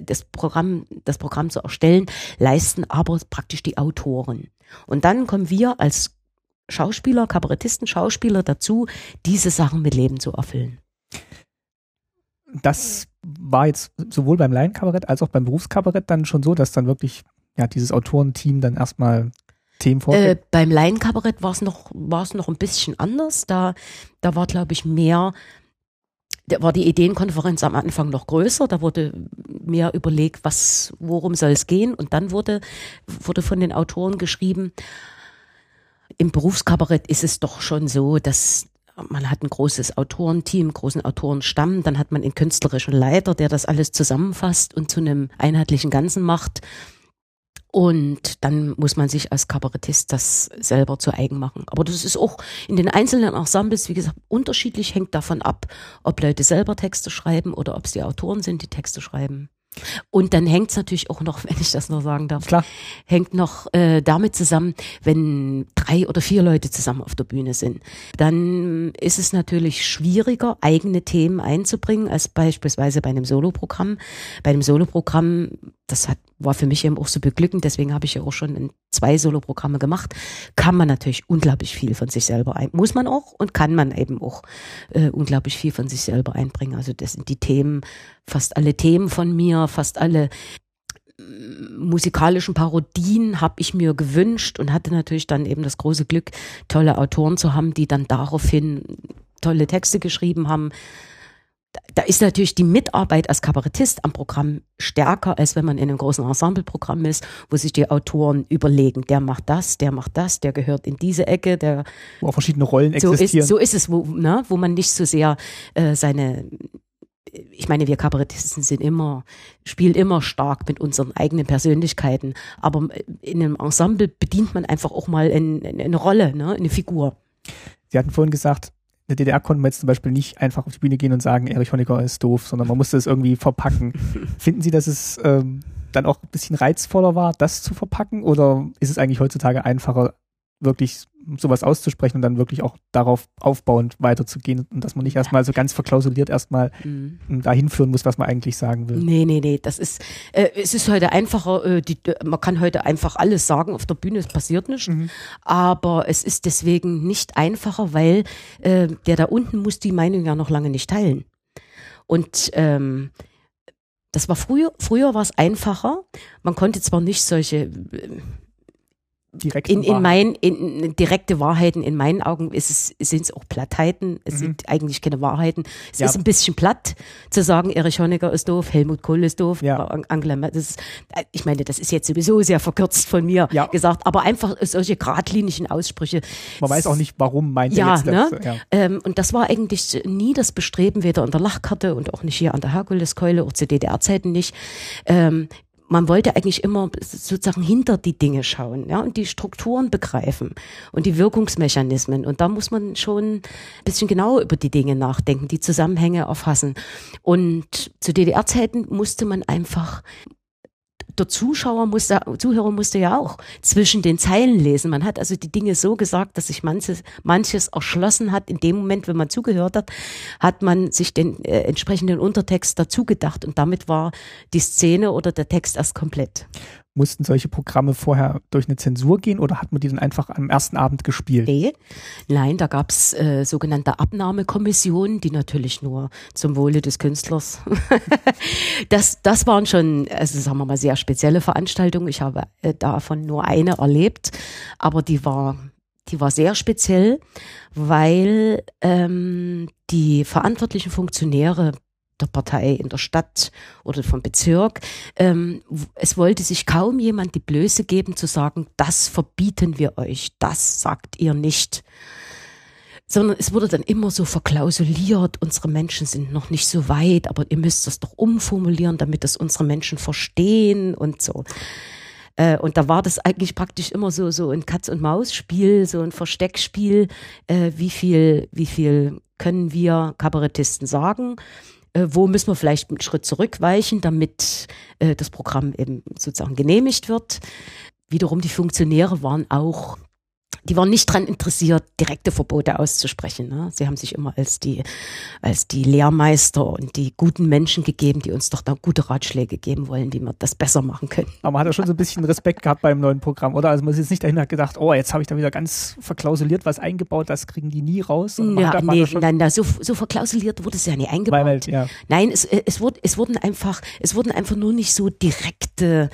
zu erstellen, leisten aber praktisch die Autoren. Und dann kommen wir als Schauspieler, Kabarettisten, Schauspieler dazu, diese Sachen mit Leben zu erfüllen. Das war jetzt sowohl beim Laienkabarett als auch beim Berufskabarett dann schon so, dass dann wirklich dieses Autorenteam dann erstmal Themen vorschlägt? Beim Laienkabarett war es noch ein bisschen anders. Da war, glaube ich, da war die Ideenkonferenz am Anfang noch größer, da wurde mehr überlegt, worum soll es gehen, und dann wurde von den Autoren geschrieben. Im Berufskabarett ist es doch schon so, dass man hat ein großes Autorenteam, großen Autorenstamm, dann hat man einen künstlerischen Leiter, der das alles zusammenfasst und zu einem einheitlichen Ganzen macht. Und dann muss man sich als Kabarettist das selber zu eigen machen. Aber das ist auch in den einzelnen Ensembles, wie gesagt, unterschiedlich, hängt davon ab, ob Leute selber Texte schreiben oder ob es die Autoren sind, die Texte schreiben. Und dann hängt es natürlich auch noch, wenn ich das noch sagen darf, Klar. hängt noch damit zusammen, wenn 3 oder 4 Leute zusammen auf der Bühne sind. Dann ist es natürlich schwieriger, eigene Themen einzubringen, als beispielsweise bei einem Soloprogramm. Bei einem Soloprogramm, war für mich eben auch so beglückend, deswegen habe ich ja auch schon 2 Soloprogramme gemacht, kann man natürlich unglaublich viel von sich selber muss man auch und kann man eben auch unglaublich viel von sich selber einbringen. Also das sind die Themen, fast alle Themen von mir, fast alle musikalischen Parodien habe ich mir gewünscht und hatte natürlich dann eben das große Glück, tolle Autoren zu haben, die dann daraufhin tolle Texte geschrieben haben. Da ist natürlich die Mitarbeit als Kabarettist am Programm stärker, als wenn man in einem großen Ensembleprogramm ist, wo sich die Autoren überlegen, der macht das, der gehört in diese Ecke, wo auch verschiedene Rollen existieren. So ist es, wo man nicht so sehr ich meine, wir Kabarettisten spielen immer stark mit unseren eigenen Persönlichkeiten, aber in einem Ensemble bedient man einfach auch mal eine Rolle, ne, eine Figur. Sie hatten vorhin gesagt, in der DDR konnte man jetzt zum Beispiel nicht einfach auf die Bühne gehen und sagen, Erich Honecker ist doof, sondern man musste es irgendwie verpacken. Finden Sie, dass es dann auch ein bisschen reizvoller war, das zu verpacken, oder ist es eigentlich heutzutage einfacher, wirklich sowas auszusprechen und dann wirklich auch darauf aufbauend weiterzugehen und dass man nicht erstmal so ganz verklausuliert erstmal dahin führen muss, was man eigentlich sagen will? Nee, das ist, es ist heute einfacher, man kann heute einfach alles sagen auf der Bühne, es passiert nichts, aber es ist deswegen nicht einfacher, weil der da unten muss die Meinung ja noch lange nicht teilen. Und das war früher war es einfacher, man konnte zwar nicht solche direkte Wahrheiten, in meinen Augen sind es auch Plattheiten, es sind eigentlich keine Wahrheiten. Es ist ein bisschen platt zu sagen, Erich Honecker ist doof, Helmut Kohl ist doof, Angela Merkel, ich meine, das ist jetzt sowieso sehr verkürzt von mir gesagt, aber einfach solche geradlinigen Aussprüche. Man weiß auch nicht, warum meint er jetzt das. Ne? Und das war eigentlich nie das Bestreben, weder an der Lachkarte und auch nicht hier an der Herkuleskeule, auch zu DDR-Zeiten nicht. Man wollte eigentlich immer sozusagen hinter die Dinge schauen, ja, und die Strukturen begreifen und die Wirkungsmechanismen. Und da muss man schon ein bisschen genauer über die Dinge nachdenken, die Zusammenhänge erfassen. Und zu DDR-Zeiten musste man einfach, der Zuhörer musste ja auch zwischen den Zeilen lesen. Man hat also die Dinge so gesagt, dass sich manches erschlossen hat. In dem Moment, wenn man zugehört hat, hat man sich den entsprechenden Untertext dazu gedacht und damit war die Szene oder der Text erst komplett. Mussten solche Programme vorher durch eine Zensur gehen oder hat man die dann einfach am ersten Abend gespielt? Nein, da gab es sogenannte Abnahmekommissionen, die natürlich nur zum Wohle des Künstlers. Das waren schon, also sagen wir mal, sehr spezielle Veranstaltungen. Ich habe davon nur eine erlebt, aber die war sehr speziell, weil die verantwortlichen Funktionäre der Partei in der Stadt oder vom Bezirk, es wollte sich kaum jemand die Blöße geben zu sagen, das verbieten wir euch, das sagt ihr nicht. Sondern es wurde dann immer so verklausuliert, unsere Menschen sind noch nicht so weit, aber ihr müsst das doch umformulieren, damit das unsere Menschen verstehen und so. Und da war das eigentlich praktisch immer so ein Katz-und-Maus-Spiel, so ein Versteckspiel, wie viel können wir Kabarettisten sagen, wo müssen wir vielleicht einen Schritt zurückweichen, damit das Programm eben sozusagen genehmigt wird. Wiederum die Funktionäre die waren nicht daran interessiert, direkte Verbote auszusprechen. Ne? Sie haben sich immer als die Lehrmeister und die guten Menschen gegeben, die uns doch da gute Ratschläge geben wollen, wie wir das besser machen können. Aber man hat ja schon so ein bisschen Respekt gehabt beim neuen Programm, oder? Also man ist jetzt nicht dahinter gedacht, oh, jetzt habe ich da wieder ganz verklausuliert was eingebaut, das kriegen die nie raus. Nein, so verklausuliert wurde es ja nie eingebaut. Nein, es wurden einfach nur nicht so direkte...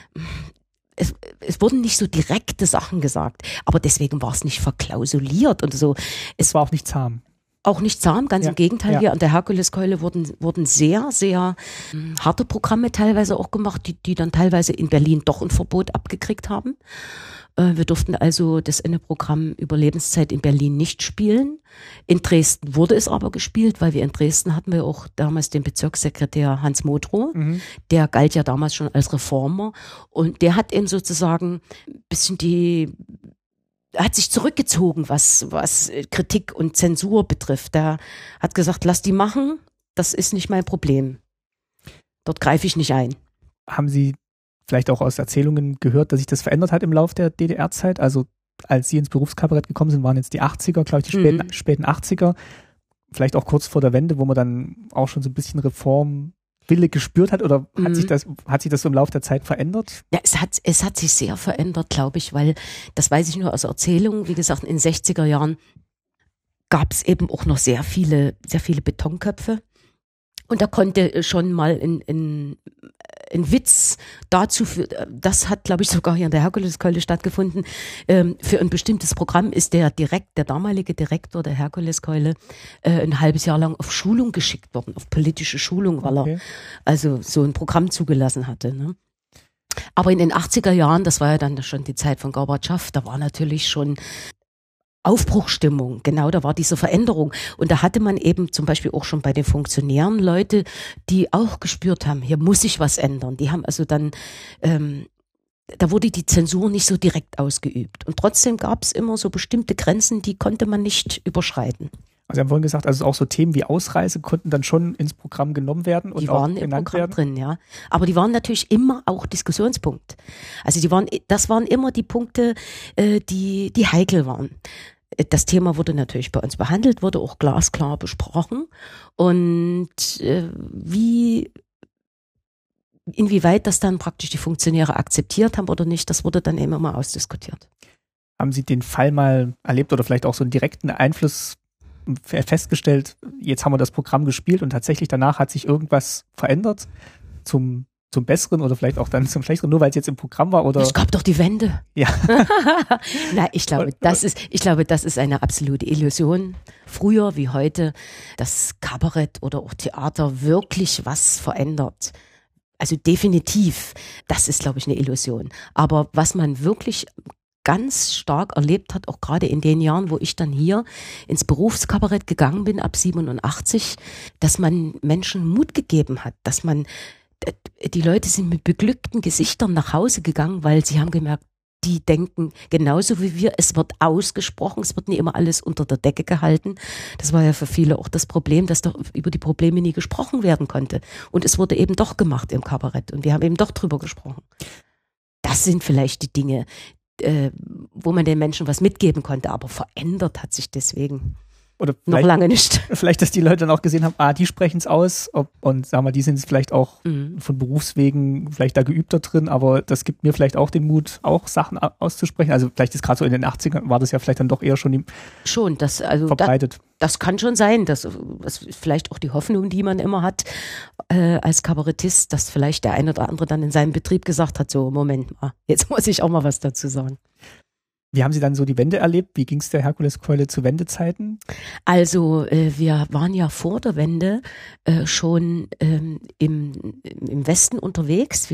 Es wurden nicht so direkte Sachen gesagt, aber deswegen war es nicht verklausuliert und so. Es war auch nicht zahm. auch nicht zahm, ganz im Gegenteil. Ja. Hier an der Herkuleskeule wurden sehr, sehr harte Programme teilweise auch gemacht, die dann teilweise in Berlin doch ein Verbot abgekriegt haben. Wir durften also das Programm über Lebenszeit in Berlin nicht spielen. In Dresden wurde es aber gespielt, weil wir in Dresden hatten wir auch damals den Bezirkssekretär Hans Modrow. Der galt ja damals schon als Reformer und der hat eben sozusagen ein bisschen hat sich zurückgezogen, was Kritik und Zensur betrifft. Der hat gesagt, lass die machen, das ist nicht mein Problem. Dort greife ich nicht ein. Haben Sie vielleicht auch aus Erzählungen gehört, dass sich das verändert hat im Laufe der DDR-Zeit? Also als Sie ins Berufskabarett gekommen sind, waren jetzt die 80er, glaube ich, die späten 80er. Vielleicht auch kurz vor der Wende, wo man dann auch schon so ein bisschen Reformwille gespürt hat, oder hat sich das so im Laufe der Zeit verändert? Ja, es hat sich sehr verändert, glaube ich, weil, das weiß ich nur aus Erzählungen, wie gesagt, in den 60er Jahren gab es eben auch noch sehr viele Betonköpfe. Und da konnte schon mal ein Witz dazu führen, das hat, glaube ich, sogar hier in der Herkuleskeule stattgefunden. Für ein bestimmtes Programm ist der damalige Direktor der Herkuleskeule ein halbes Jahr lang auf Schulung geschickt worden, auf politische Schulung, weil er also so ein Programm zugelassen hatte. Ne? Aber in den 80er Jahren, das war ja dann schon die Zeit von Gorbatschow, da war natürlich schon Aufbruchstimmung, genau, da war diese Veränderung. Und da hatte man eben zum Beispiel auch schon bei den Funktionären Leute, die auch gespürt haben, hier muss sich was ändern. Die haben also dann, da wurde die Zensur nicht so direkt ausgeübt. Und trotzdem gab es immer so bestimmte Grenzen, die konnte man nicht überschreiten. Also Sie haben vorhin gesagt, also auch so Themen wie Ausreise konnten dann schon ins Programm genommen werden und die auch waren im genannt Programm werden. drin, ja. Aber die waren natürlich immer auch Diskussionspunkt. Also das waren immer die Punkte, die heikel waren. Das Thema wurde natürlich bei uns behandelt, wurde auch glasklar besprochen. Und inwieweit das dann praktisch die Funktionäre akzeptiert haben oder nicht, das wurde dann eben immer ausdiskutiert. Haben Sie den Fall mal erlebt oder vielleicht auch so einen direkten Einfluss festgestellt, jetzt haben wir das Programm gespielt und tatsächlich danach hat sich irgendwas verändert zum Besseren oder vielleicht auch dann zum Schlechteren, nur weil es jetzt im Programm war? Oder? Es gab doch die Wende. Ja. Nein, ich glaube, das ist eine absolute Illusion. Früher wie heute, dass Kabarett oder auch Theater wirklich was verändert. Also definitiv, das ist, glaube ich, eine Illusion. Aber was man wirklich ganz stark erlebt hat, auch gerade in den Jahren, wo ich dann hier ins Berufskabarett gegangen bin, ab 87, dass man Menschen Mut gegeben hat, dass die Leute sind mit beglückten Gesichtern nach Hause gegangen, weil sie haben gemerkt, die denken genauso wie wir, es wird ausgesprochen, es wird nie immer alles unter der Decke gehalten. Das war ja für viele auch das Problem, dass doch über die Probleme nie gesprochen werden konnte. Und es wurde eben doch gemacht im Kabarett und wir haben eben doch drüber gesprochen. Das sind vielleicht die Dinge, wo man den Menschen was mitgeben konnte, aber verändert hat sich deswegen oder noch lange nicht. Vielleicht, dass die Leute dann auch gesehen haben, die sprechen es aus und sagen wir, die sind vielleicht auch von Berufswegen vielleicht da geübter drin, aber das gibt mir vielleicht auch den Mut, auch Sachen auszusprechen. Also vielleicht ist gerade so in den 80ern war das ja vielleicht dann doch eher schon verbreitet. Das kann schon sein, das ist vielleicht auch die Hoffnung, die man immer hat als Kabarettist, dass vielleicht der eine oder andere dann in seinem Betrieb gesagt hat, so Moment mal, jetzt muss ich auch mal was dazu sagen. Wie haben Sie dann so die Wende erlebt? Wie ging es der Herkuleskeule zu Wendezeiten? Also wir waren ja vor der Wende schon im Westen unterwegs.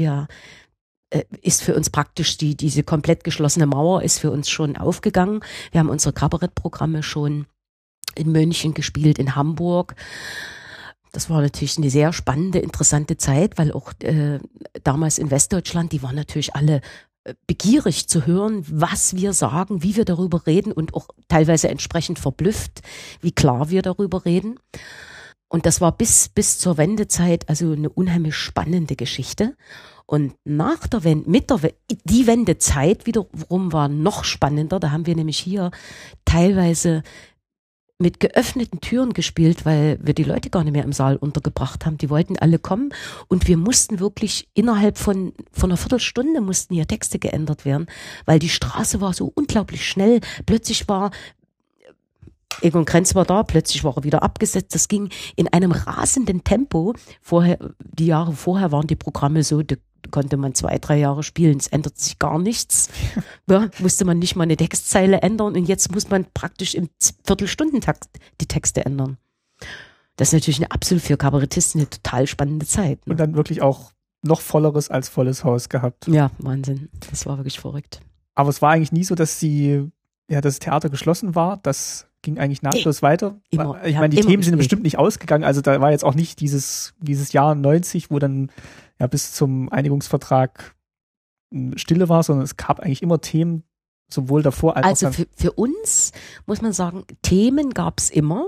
Ist für uns praktisch diese komplett geschlossene Mauer ist für uns schon aufgegangen. Wir haben unsere Kabarettprogramme schon in München gespielt, in Hamburg. Das war natürlich eine sehr spannende, interessante Zeit, weil auch damals in Westdeutschland, die waren natürlich alle begierig zu hören, was wir sagen, wie wir darüber reden und auch teilweise entsprechend verblüfft, wie klar wir darüber reden. Und das war bis zur Wendezeit also eine unheimlich spannende Geschichte. Und nach der die Wendezeit wiederum war noch spannender. Da haben wir nämlich hier teilweise mit geöffneten Türen gespielt, weil wir die Leute gar nicht mehr im Saal untergebracht haben. Die wollten alle kommen und wir mussten wirklich innerhalb von einer Viertelstunde mussten hier Texte geändert werden, weil die Straße war so unglaublich schnell. Plötzlich war Egon Krenz war da, plötzlich war er wieder abgesetzt. Das ging in einem rasenden Tempo. Die Jahre vorher waren die Programme so, da konnte man 2, 3 Jahre spielen, es änderte sich gar nichts. Ja, musste man nicht mal eine Textzeile ändern und jetzt muss man praktisch im Viertelstundentakt die Texte ändern. Das ist natürlich absolut für Kabarettisten eine total spannende Zeit. Ne? Und dann wirklich auch noch volleres als volles Haus gehabt. Ja, Wahnsinn. Das war wirklich verrückt. Aber es war eigentlich nie so, dass das Theater geschlossen war. Das ging eigentlich nahtlos weiter. Immer. Ich meine, die Themen sind bestimmt nicht ausgegangen. Also da war jetzt auch nicht dieses Jahr 90, wo dann bis zum Einigungsvertrag Stille war, sondern es gab eigentlich immer Themen, sowohl davor als also auch dann. Für uns muss man sagen, Themen gab es immer,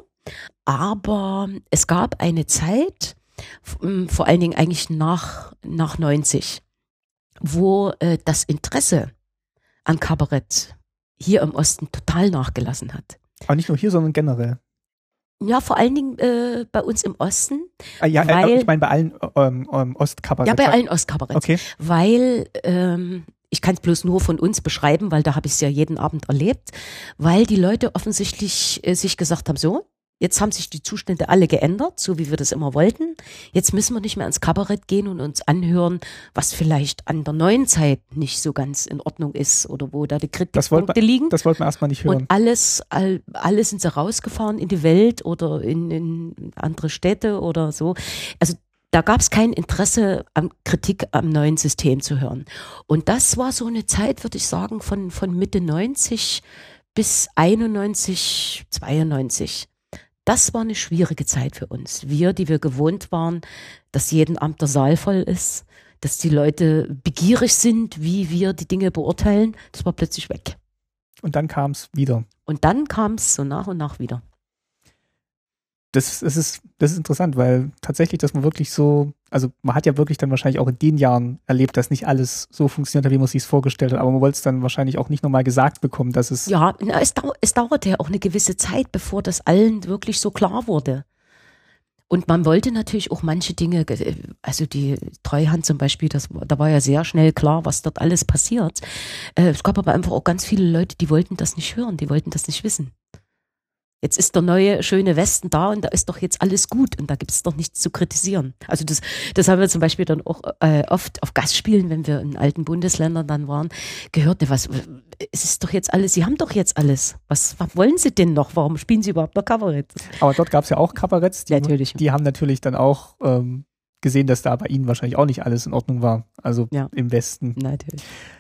aber es gab eine Zeit, vor allen Dingen eigentlich nach 90, wo das Interesse an Kabarett hier im Osten total nachgelassen hat. Aber nicht nur hier, sondern generell. Ja, vor allen Dingen bei uns im Osten. Ich meine bei allen Ostkabarett. Ja, bei allen Ostkabaretts. Okay. Weil, ich kann es bloß nur von uns beschreiben, weil da habe ich es ja jeden Abend erlebt, weil die Leute offensichtlich sich gesagt haben, so, jetzt haben sich die Zustände alle geändert, so wie wir das immer wollten. Jetzt müssen wir nicht mehr ins Kabarett gehen und uns anhören, was vielleicht an der neuen Zeit nicht so ganz in Ordnung ist oder wo da die Kritikpunkte liegen. Das wollten wir erstmal nicht hören. Und alles sind sie rausgefahren in die Welt oder in andere Städte oder so. Also da gab es kein Interesse an Kritik am neuen System zu hören. Und das war so eine Zeit, würde ich sagen, von Mitte 90 bis 91, 92. Das war eine schwierige Zeit für uns. Wir, die wir gewohnt waren, dass jeden Abend der Saal voll ist, dass die Leute begierig sind, wie wir die Dinge beurteilen, das war plötzlich weg. Und dann kam es wieder. Und dann kam es so nach und nach wieder. Das ist interessant, weil tatsächlich, dass man wirklich so, also man hat ja wirklich dann wahrscheinlich auch in den Jahren erlebt, dass nicht alles so funktioniert hat, wie man es sich vorgestellt hat, aber man wollte es dann wahrscheinlich auch nicht nochmal gesagt bekommen, dass es... Ja, es dauerte ja auch eine gewisse Zeit, bevor das allen wirklich so klar wurde. Und man wollte natürlich auch manche Dinge, also die Treuhand zum Beispiel, da war ja sehr schnell klar, was dort alles passiert. Es gab aber einfach auch ganz viele Leute, die wollten das nicht hören, die wollten das nicht wissen. Jetzt ist der neue, schöne Westen da und da ist doch jetzt alles gut und da gibt es doch nichts zu kritisieren. Also das haben wir zum Beispiel dann auch oft auf Gastspielen, wenn wir in alten Bundesländern dann waren, gehört, es ist doch jetzt alles, Sie haben doch jetzt alles. Was wollen Sie denn noch? Warum spielen Sie überhaupt noch Kabarett? Aber dort gab es ja auch Kabaretts, natürlich. Die haben natürlich dann auch gesehen, dass da bei Ihnen wahrscheinlich auch nicht alles in Ordnung war. Also im Westen. Natürlich.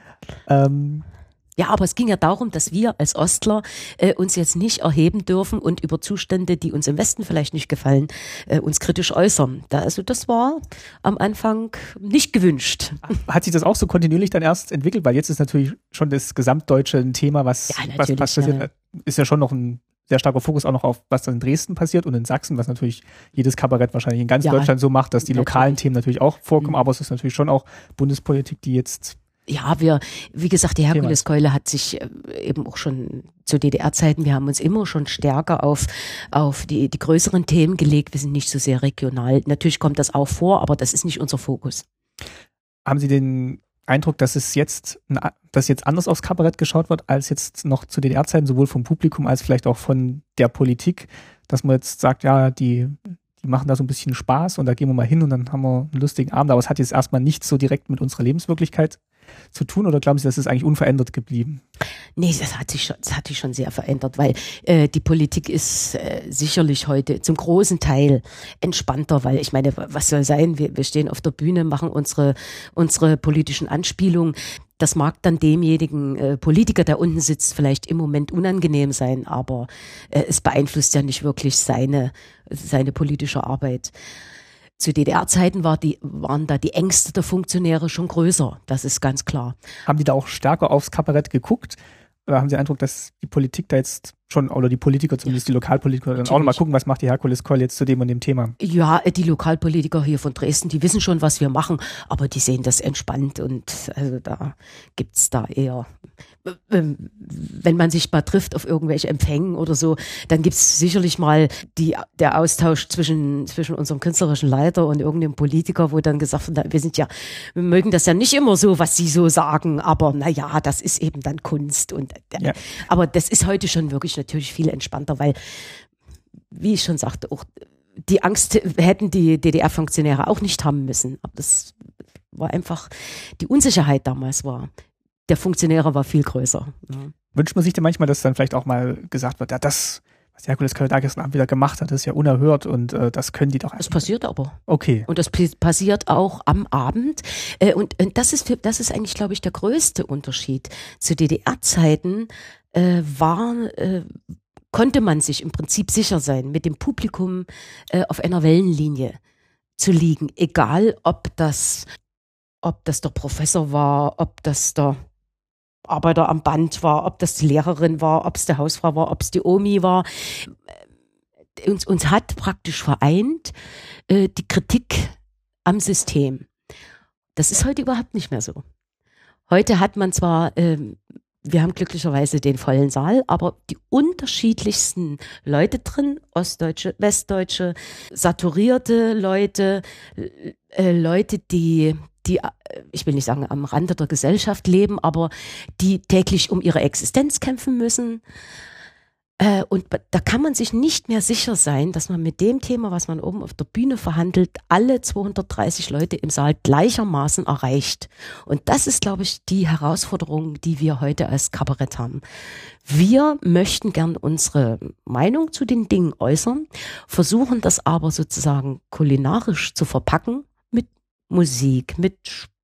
Ja, aber es ging ja darum, dass wir als Ostler uns jetzt nicht erheben dürfen und über Zustände, die uns im Westen vielleicht nicht gefallen, uns kritisch äußern. Also das war am Anfang nicht gewünscht. Hat sich das auch so kontinuierlich dann erst entwickelt? Weil jetzt ist natürlich schon das Gesamtdeutsche ein Thema, was passiert. Ja. Ist ja schon noch ein sehr starker Fokus auch noch auf, was dann in Dresden passiert und in Sachsen, was natürlich jedes Kabarett wahrscheinlich in ganz Deutschland so macht, dass die lokalen Themen natürlich auch vorkommen, aber es ist natürlich schon auch Bundespolitik, die jetzt... Ja, wie gesagt, die Herkuleskeule hat sich eben auch schon zu DDR-Zeiten, wir haben uns immer schon stärker auf die größeren Themen gelegt. Wir sind nicht so sehr regional. Natürlich kommt das auch vor, aber das ist nicht unser Fokus. Haben Sie den Eindruck, dass jetzt anders aufs Kabarett geschaut wird, als jetzt noch zu DDR-Zeiten, sowohl vom Publikum als vielleicht auch von der Politik, dass man jetzt sagt, ja, die machen da so ein bisschen Spaß und da gehen wir mal hin und dann haben wir einen lustigen Abend, aber es hat jetzt erstmal nichts so direkt mit unserer Lebenswirklichkeit zu tun, oder glauben Sie, das ist eigentlich unverändert geblieben? Nee, das hat sich schon sehr verändert, weil die Politik ist sicherlich heute zum großen Teil entspannter, weil ich meine, was soll sein, wir stehen auf der Bühne, machen unsere politischen Anspielungen. Das mag dann demjenigen Politiker, der unten sitzt, vielleicht im Moment unangenehm sein, aber es beeinflusst ja nicht wirklich seine politische Arbeit. Zu DDR-Zeiten waren da die Ängste der Funktionäre schon größer, das ist ganz klar. Haben die da auch stärker aufs Kabarett geguckt? Oder haben Sie den Eindruck, dass die Politik da jetzt schon, oder die Politiker, zumindest die Lokalpolitiker, dann auch nochmal gucken, was macht die Herkuleskeule jetzt zu dem und dem Thema? Ja, die Lokalpolitiker hier von Dresden, die wissen schon, was wir machen, aber die sehen das entspannt und also da gibt's da eher, wenn man sich mal trifft auf irgendwelche Empfängen oder so, dann gibt's sicherlich mal der Austausch zwischen unserem künstlerischen Leiter und irgendeinem Politiker, wo dann gesagt wird, wir mögen das ja nicht immer so, was sie so sagen, aber naja, das ist eben dann Kunst und aber das ist heute schon wirklich natürlich viel entspannter, weil, wie ich schon sagte, auch die Angst hätten die DDR-Funktionäre auch nicht haben müssen. Aber das war einfach, die Unsicherheit damals der Funktionäre war viel größer. Ja. Wünscht man sich denn manchmal, dass dann vielleicht auch mal gesagt wird, ja, das, was Herkules Kölder gestern Abend wieder gemacht hat, ist ja unerhört und das können die doch einfach. Das passiert aber. Okay. Und das passiert auch am Abend. Und das ist eigentlich, glaube ich, der größte Unterschied. Zu DDR-Zeiten konnte man sich im Prinzip sicher sein, mit dem Publikum auf einer Wellenlinie zu liegen. Egal, ob das der Professor war, ob das der Arbeiter am Band war, ob das die Lehrerin war, ob es die Hausfrau war, ob es die Omi war. Uns hat praktisch vereint die Kritik am System. Das ist heute überhaupt nicht mehr so. Heute hat man zwar, wir haben glücklicherweise den vollen Saal, aber die unterschiedlichsten Leute drin, Ostdeutsche, Westdeutsche, saturierte Leute, Leute, die ich will nicht sagen am Rande der Gesellschaft leben, aber die täglich um ihre Existenz kämpfen müssen. Und da kann man sich nicht mehr sicher sein, dass man mit dem Thema, was man oben auf der Bühne verhandelt, alle 230 Leute im Saal gleichermaßen erreicht. Und das ist, glaube ich, die Herausforderung, die wir heute als Kabarett haben. Wir möchten gern unsere Meinung zu den Dingen äußern, versuchen das aber sozusagen kulinarisch zu verpacken, mit Musik, mit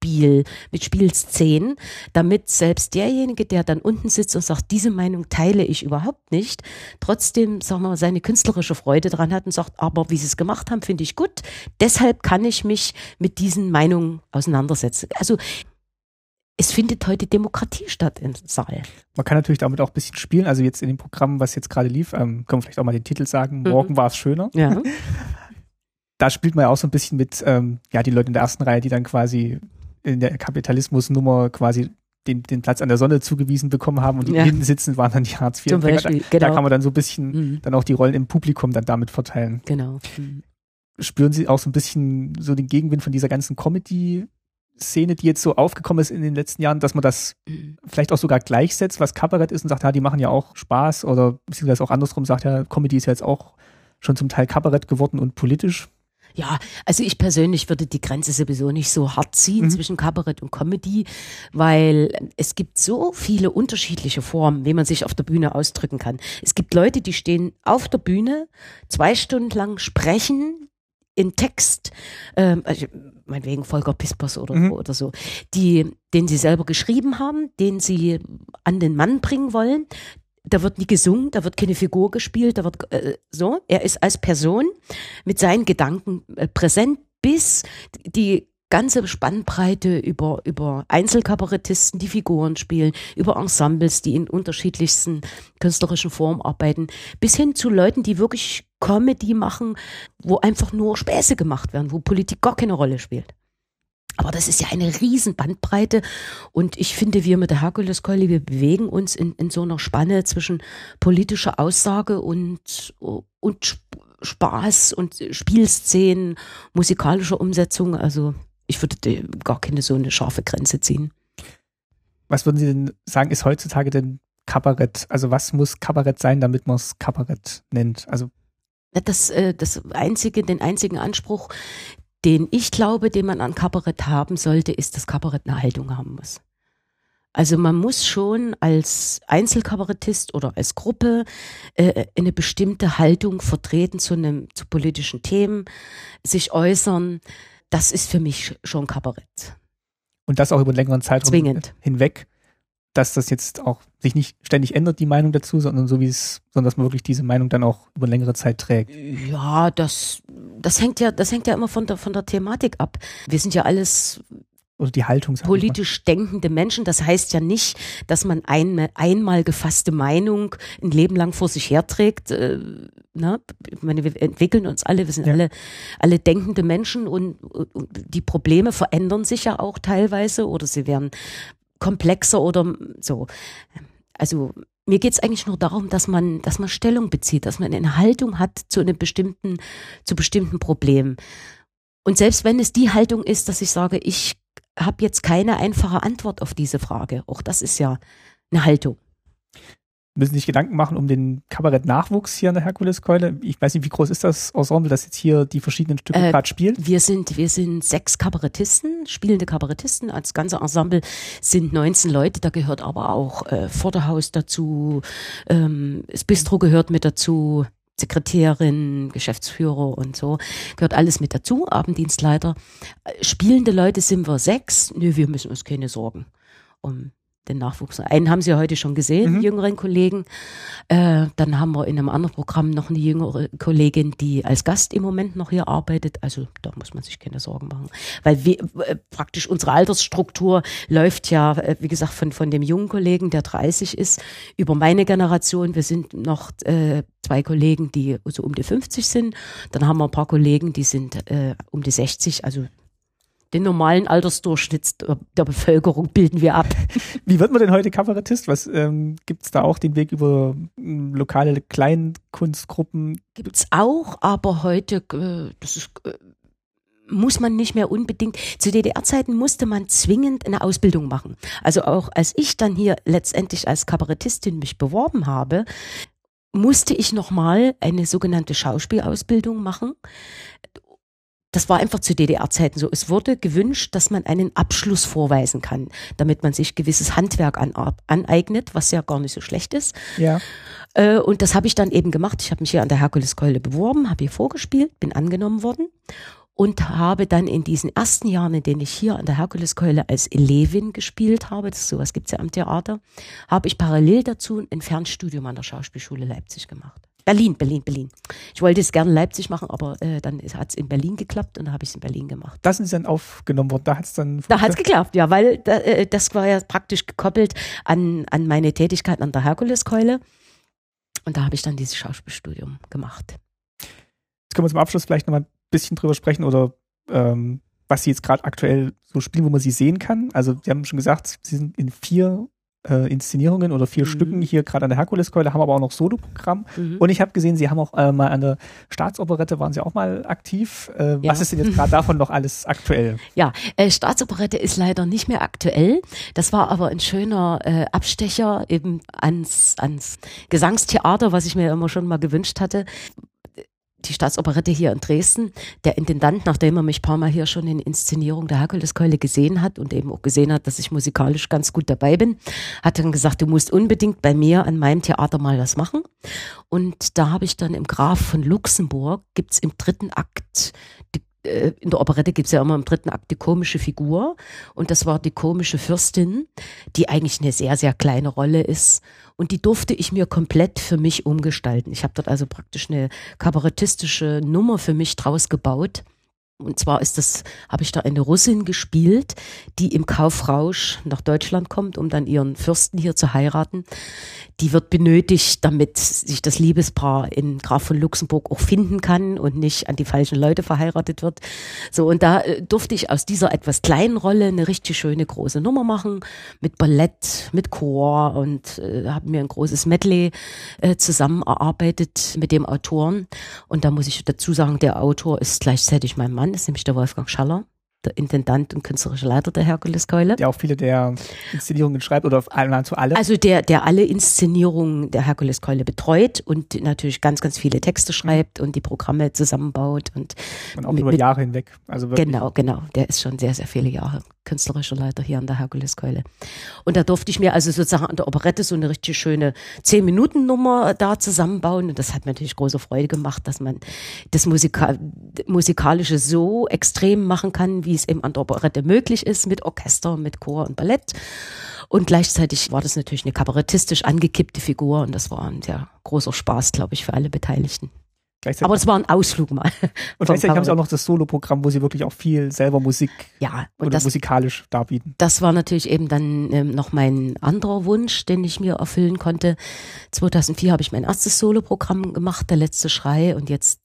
Spielszenen, damit selbst derjenige, der dann unten sitzt und sagt, diese Meinung teile ich überhaupt nicht, trotzdem, sagen wir mal, seine künstlerische Freude dran hat und sagt, aber wie sie es gemacht haben, finde ich gut, deshalb kann ich mich mit diesen Meinungen auseinandersetzen. Also es findet heute Demokratie statt im Saal. Man kann natürlich damit auch ein bisschen spielen, also jetzt in dem Programm, was jetzt gerade lief, können wir vielleicht auch mal den Titel sagen, Morgen war es schöner. Ja. Da spielt man ja auch so ein bisschen mit, die Leute in der ersten Reihe, die dann quasi in der Kapitalismusnummer quasi den Platz an der Sonne zugewiesen bekommen haben und die hinten sitzen, waren dann die Hartz-IV-Empfänger. Da kann man dann so ein bisschen dann auch die Rollen im Publikum dann damit verteilen. Genau. Spüren Sie auch so ein bisschen so den Gegenwind von dieser ganzen Comedy-Szene, die jetzt so aufgekommen ist in den letzten Jahren, dass man das vielleicht auch sogar gleichsetzt, was Kabarett ist und sagt, ja, die machen ja auch Spaß oder beziehungsweise auch andersrum sagt, ja, Comedy ist ja jetzt auch schon zum Teil Kabarett geworden und politisch. Ja, also ich persönlich würde die Grenze sowieso nicht so hart ziehen zwischen Kabarett und Comedy, weil es gibt so viele unterschiedliche Formen, wie man sich auf der Bühne ausdrücken kann. Es gibt Leute, die stehen auf der Bühne 2 Stunden lang, sprechen in Text, also meinetwegen Volker Pispers oder so, den sie selber geschrieben haben, den sie an den Mann bringen wollen. Da wird nie gesungen, da wird keine Figur gespielt, da wird er ist als Person mit seinen Gedanken präsent, bis die ganze Spannbreite über Einzelkabarettisten, die Figuren spielen, über Ensembles, die in unterschiedlichsten künstlerischen Formen arbeiten, bis hin zu Leuten, die wirklich Comedy machen, wo einfach nur Späße gemacht werden, wo Politik gar keine Rolle spielt. Aber das ist ja eine riesen Bandbreite und ich finde, wir mit der Herkuleskeule, wir bewegen uns in so einer Spanne zwischen politischer Aussage und Spaß und Spielszenen, musikalischer Umsetzung. Also ich würde gar keine so eine scharfe Grenze ziehen. Was würden Sie denn sagen, ist heutzutage denn Kabarett? Also was muss Kabarett sein, damit man es Kabarett nennt? Also den einzigen Anspruch, den ich glaube, den man an Kabarett haben sollte, ist, dass Kabarett eine Haltung haben muss. Also man muss schon als Einzelkabarettist oder als Gruppe eine bestimmte Haltung vertreten zu politischen Themen, sich äußern. Das ist für mich schon Kabarett. Und das auch über einen längeren Zeitraum hinweg, dass das jetzt auch sich nicht ständig ändert, die Meinung dazu, sondern sondern dass man wirklich diese Meinung dann auch über längere Zeit trägt. Ja, das hängt ja immer von der Thematik ab. Wir sind ja alles oder die Haltung, politisch denkende Menschen. Das heißt ja nicht, dass man einmal gefasste Meinung ein Leben lang vor sich herträgt. Ich meine, wir entwickeln uns alle, wir sind alle denkende Menschen und die Probleme verändern sich ja auch teilweise oder sie werden komplexer oder so. Also mir geht es eigentlich nur darum, dass man Stellung bezieht, dass man eine Haltung hat zu bestimmten Problemen. Und selbst wenn es die Haltung ist, dass ich sage, ich habe jetzt keine einfache Antwort auf diese Frage, auch das ist ja eine Haltung. müssen sich Gedanken machen um den Kabarett-Nachwuchs hier an der Herkuleskeule. Ich weiß nicht, wie groß ist das Ensemble, das jetzt hier die verschiedenen Stücke gerade spielt? Wir sind 6 Kabarettisten, spielende Kabarettisten. Als ganze Ensemble sind 19 Leute, da gehört aber auch Vorderhaus dazu, das Bistro gehört mit dazu, Sekretärin, Geschäftsführer und so, gehört alles mit dazu, Abenddienstleiter. Spielende Leute sind wir 6. Nö, wir müssen uns keine Sorgen um den Nachwuchs. Einen haben Sie heute schon gesehen, jüngeren Kollegen. Dann haben wir in einem anderen Programm noch eine jüngere Kollegin, die als Gast im Moment noch hier arbeitet. Also da muss man sich keine Sorgen machen. Weil wir, praktisch unsere Altersstruktur läuft ja, wie gesagt, von dem jungen Kollegen, der 30 ist, über meine Generation. Wir sind noch 2 Kollegen, die so um die 50 sind. Dann haben wir ein paar Kollegen, die sind um die 60, also den normalen Altersdurchschnitt der Bevölkerung bilden wir ab. Wie wird man denn heute Kabarettist? Was gibt's da auch den Weg über lokale Kleinkunstgruppen? Gibt's auch, aber heute, das ist, muss man nicht mehr unbedingt. Zu DDR-Zeiten musste man zwingend eine Ausbildung machen. Also auch als ich dann hier letztendlich als Kabarettistin mich beworben habe, musste ich nochmal eine sogenannte Schauspielausbildung machen. Das war einfach zu DDR-Zeiten so. Es wurde gewünscht, dass man einen Abschluss vorweisen kann, damit man sich gewisses Handwerk aneignet, was ja gar nicht so schlecht ist. Ja. Und das habe ich dann eben gemacht. Ich habe mich hier an der Herkuleskeule beworben, habe hier vorgespielt, bin angenommen worden und habe dann in diesen ersten Jahren, in denen ich hier an der Herkuleskeule als Elevin gespielt habe, sowas gibt's ja am Theater, habe ich parallel dazu ein Fernstudium an der Schauspielschule Leipzig gemacht. Berlin. Ich wollte es gerne in Leipzig machen, aber dann hat es in Berlin geklappt und dann habe ich es in Berlin gemacht. Das sind Sie dann aufgenommen worden, da hat es dann... Da hat es geklappt, ja, weil das war ja praktisch gekoppelt an meine Tätigkeit an der Herkuleskeule und da habe ich dann dieses Schauspielstudium gemacht. Jetzt können wir zum Abschluss vielleicht noch mal ein bisschen drüber sprechen oder was Sie jetzt gerade aktuell so spielen, wo man Sie sehen kann. Also Sie haben schon gesagt, Sie sind in 4 Inszenierungen oder 4 Stücken hier gerade an der Herkuleskeule, haben aber auch noch Soloprogramm. Und ich habe gesehen, Sie haben auch mal an der Staatsoperette, waren Sie auch mal aktiv. Ja. Was ist denn jetzt gerade davon noch alles aktuell? Ja, Staatsoperette ist leider nicht mehr aktuell. Das war aber ein schöner Abstecher eben ans Gesangstheater, was ich mir immer schon mal gewünscht hatte. Die Staatsoperette hier in Dresden, der Intendant, nachdem er mich ein paar Mal hier schon in Inszenierung der Herkuleskeule gesehen hat und eben auch gesehen hat, dass ich musikalisch ganz gut dabei bin, hat dann gesagt, du musst unbedingt bei mir an meinem Theater mal was machen. Und da habe ich dann im Graf von Luxemburg, gibt's im 3. Akt, in der Operette gibt's ja immer im 3. Akt die komische Figur und das war die komische Fürstin, die eigentlich eine sehr, sehr kleine Rolle ist und die durfte ich mir komplett für mich umgestalten. Ich habe dort also praktisch eine kabarettistische Nummer für mich draus gebaut. Und zwar habe ich da eine Russin gespielt, die im Kaufrausch nach Deutschland kommt, um dann ihren Fürsten hier zu heiraten. Die wird benötigt, damit sich das Liebespaar in Graf von Luxemburg auch finden kann und nicht an die falschen Leute verheiratet wird. So, und da durfte ich aus dieser etwas kleinen Rolle eine richtig schöne große Nummer machen, mit Ballett, mit Chor und habe mir ein großes Medley zusammen erarbeitet mit dem Autoren. Und da muss ich dazu sagen, der Autor ist gleichzeitig mein Mann, ist nämlich der Wolfgang Schaller, der Intendant und künstlerische Leiter der Herkuleskeule. Der auch viele der Inszenierungen schreibt oder nahezu alle. Also der alle Inszenierungen der Herkuleskeule betreut und natürlich ganz, ganz viele Texte schreibt und die Programme zusammenbaut. Und auch über Jahre hinweg. Also genau. Der ist schon sehr, sehr viele Jahre künstlerischer Leiter hier an der Herkuleskeule. Und da durfte ich mir also sozusagen an der Operette so eine richtig schöne 10-Minuten-Nummer da zusammenbauen. Und das hat mir natürlich große Freude gemacht, dass man das Musikalische so extrem machen kann, wie es eben an der Operette möglich ist, mit Orchester, mit Chor und Ballett. Und gleichzeitig war das natürlich eine kabarettistisch angekippte Figur und das war ein sehr großer Spaß, glaube ich, für alle Beteiligten. Aber es war ein Ausflug mal. Und gleichzeitig haben Sie auch noch das Soloprogramm, wo Sie wirklich auch viel selber Musik oder musikalisch darbieten. Das war natürlich eben dann noch mein anderer Wunsch, den ich mir erfüllen konnte. 2004 habe ich mein erstes Soloprogramm gemacht, Der letzte Schrei, und jetzt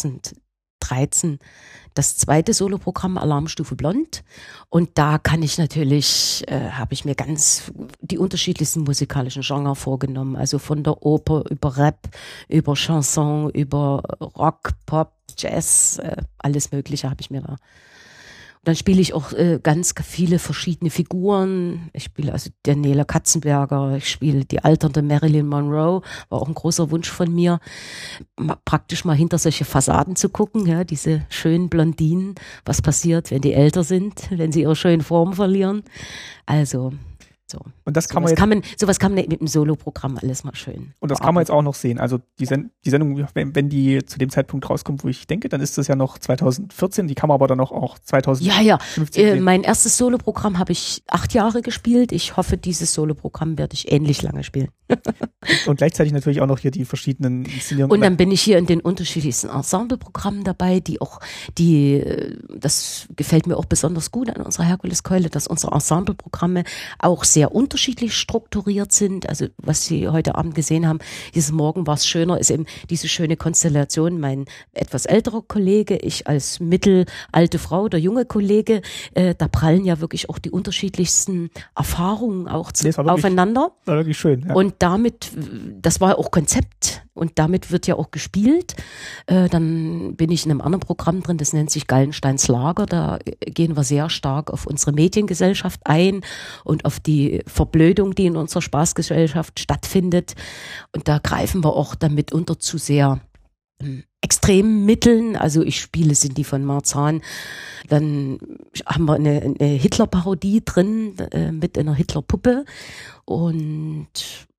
2013 das zweite Soloprogramm Alarmstufe Blond. Und da kann ich natürlich, habe ich mir ganz die unterschiedlichsten musikalischen Genres vorgenommen. Also von der Oper über Rap, über Chanson, über Rock, Pop, Jazz, alles Mögliche habe ich mir da Dann spiele ich auch ganz viele verschiedene Figuren. Ich spiele also Daniela Katzenberger, ich spiele die alternde Marilyn Monroe, war auch ein großer Wunsch von mir, praktisch mal hinter solche Fassaden zu gucken, ja, diese schönen Blondinen, was passiert, wenn die älter sind, wenn sie ihre schönen Formen verlieren. Also so. Und das sowas kann man mit dem Solo-Programm alles mal schön. Und das kann man jetzt auch noch sehen. Also die Sendung, wenn die zu dem Zeitpunkt rauskommt, wo ich denke, dann ist das ja noch 2014. Die kann man aber dann auch 2015 sehen. Mein erstes Solo-Programm habe ich 8 Jahre gespielt. Ich hoffe, dieses Solo-Programm werde ich ähnlich lange spielen. Und gleichzeitig natürlich auch noch hier die verschiedenen Inszenierungen. Und dann bin ich hier in den unterschiedlichsten Ensemble-Programmen dabei, das gefällt mir auch besonders gut an unserer Herkuleskeule, dass unsere Ensemble-Programme auch sehr unterschiedlich strukturiert sind. Also was Sie heute Abend gesehen haben, dieses Morgen war es schöner, ist eben diese schöne Konstellation, mein etwas älterer Kollege, ich als mittelalte Frau, der junge Kollege, da prallen ja wirklich auch die unterschiedlichsten Erfahrungen auch aufeinander. War wirklich schön. Ja. Und damit, das war auch Konzept und damit wird ja auch gespielt. Dann bin ich in einem anderen Programm drin, das nennt sich Gallensteins Lager. Da gehen wir sehr stark auf unsere Mediengesellschaft ein und auf die Verblödung, die in unserer Spaßgesellschaft stattfindet. Und da greifen wir auch damit unter zu sehr extremen Mitteln. Also ich spiele Cindy von Marzahn. Dann haben wir eine Hitler-Parodie drin mit einer Hitler-Puppe und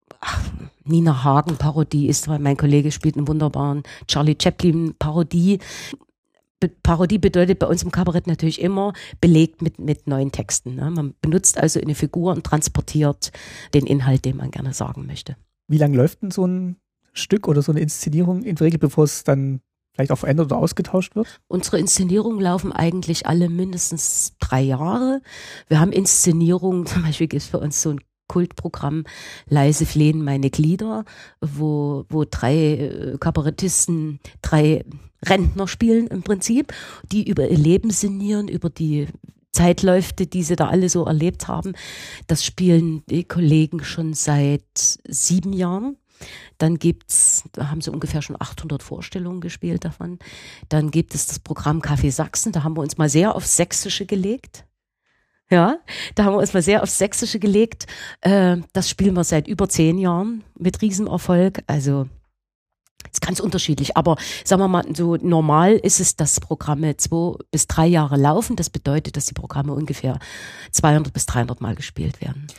Nina Hagen-Parodie ist, weil mein Kollege spielt einen wunderbaren Charlie Chaplin-Parodie. Parodie bedeutet bei uns im Kabarett natürlich immer belegt mit neuen Texten. Ne? Man benutzt also eine Figur und transportiert den Inhalt, den man gerne sagen möchte. Wie lange läuft denn so ein Stück oder so eine Inszenierung in der Regel, bevor es dann vielleicht auch verändert oder ausgetauscht wird? Unsere Inszenierungen laufen eigentlich alle mindestens 3 Jahre. Wir haben Inszenierungen, zum Beispiel gibt es für uns so ein Kultprogramm Leise flehen meine Glieder, wo 3 Kabarettisten 3 Rentner spielen im Prinzip, die über ihr Leben sinnieren, über die Zeitläufe, die sie da alle so erlebt haben. Das spielen die Kollegen schon seit 7 Jahren. Dann da haben sie ungefähr schon 800 Vorstellungen gespielt davon. Dann gibt es das Programm Café Sachsen, da haben wir uns mal sehr aufs Sächsische gelegt. Ja, da haben wir uns mal sehr aufs Sächsische gelegt. Das spielen wir seit über 10 Jahren mit Riesenerfolg. Also ist ganz unterschiedlich. Aber sagen wir mal, so normal ist es, dass Programme 2 bis 3 Jahre laufen. Das bedeutet, dass die Programme ungefähr 200 bis 300 Mal gespielt werden.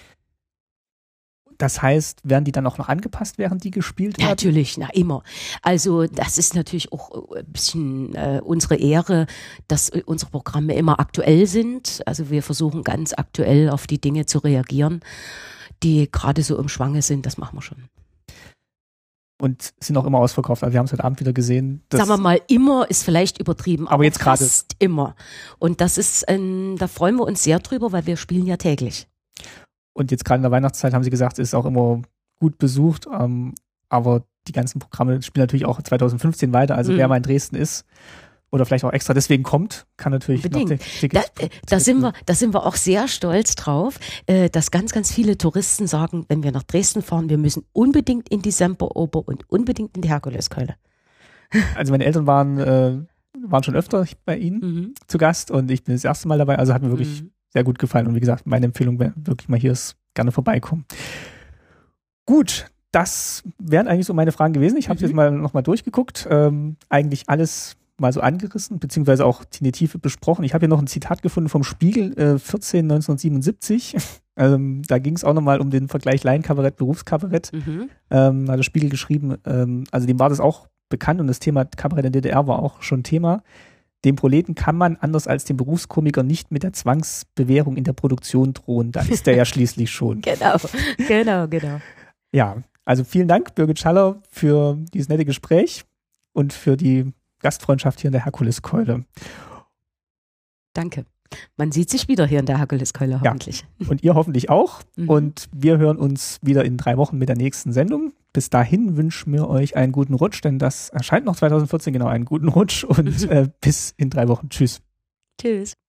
Das heißt, werden die dann auch noch angepasst, während die gespielt werden? Natürlich, immer. Also das ist natürlich auch ein bisschen unsere Ehre, dass unsere Programme immer aktuell sind. Also wir versuchen ganz aktuell auf die Dinge zu reagieren, die gerade so im Schwange sind. Das machen wir schon. Und sind auch immer ausverkauft. Also wir haben es heute Abend wieder gesehen. Sagen wir mal, immer ist vielleicht übertrieben, aber jetzt gerade fast immer. Und das ist, da freuen wir uns sehr drüber, weil wir spielen ja täglich. Und jetzt gerade in der Weihnachtszeit haben sie gesagt, ist auch immer gut besucht, aber die ganzen Programme spielen natürlich auch 2015 weiter. Also wer mal in Dresden ist oder vielleicht auch extra deswegen kommt, kann natürlich unbedingt. Da sind wir auch sehr stolz drauf, dass ganz, ganz viele Touristen sagen, wenn wir nach Dresden fahren, wir müssen unbedingt in die Semperoper und unbedingt in die Herkuleskeule. Also meine Eltern waren schon öfter bei Ihnen zu Gast und ich bin das erste Mal dabei, also hat mir wirklich sehr gut gefallen. Und wie gesagt, meine Empfehlung wäre wirklich mal hier ist, gerne vorbeikommen. Gut, das wären eigentlich so meine Fragen gewesen. Ich habe jetzt nochmal durchgeguckt. Eigentlich alles mal so angerissen, beziehungsweise auch in die Tiefe besprochen. Ich habe hier noch ein Zitat gefunden vom Spiegel, 1977. Da ging es auch nochmal um den Vergleich Laienkabarett, Berufskabarett. Hat der Spiegel geschrieben, also dem war das auch bekannt und das Thema Kabarett in der DDR war auch schon Thema. Dem Proleten kann man, anders als dem Berufskomiker, nicht mit der Zwangsbewährung in der Produktion drohen. Da ist er ja schließlich schon. Genau. Ja, also vielen Dank, Birgit Schaller, für dieses nette Gespräch und für die Gastfreundschaft hier in der Herkuleskeule. Danke. Man sieht sich wieder hier in der Herkuleskeule hoffentlich. Ja, und ihr hoffentlich auch. Und wir hören uns wieder in 3 Wochen mit der nächsten Sendung. Bis dahin wünschen wir euch einen guten Rutsch, denn das erscheint noch 2014, genau, einen guten Rutsch und bis in 3 Wochen. Tschüss. Tschüss.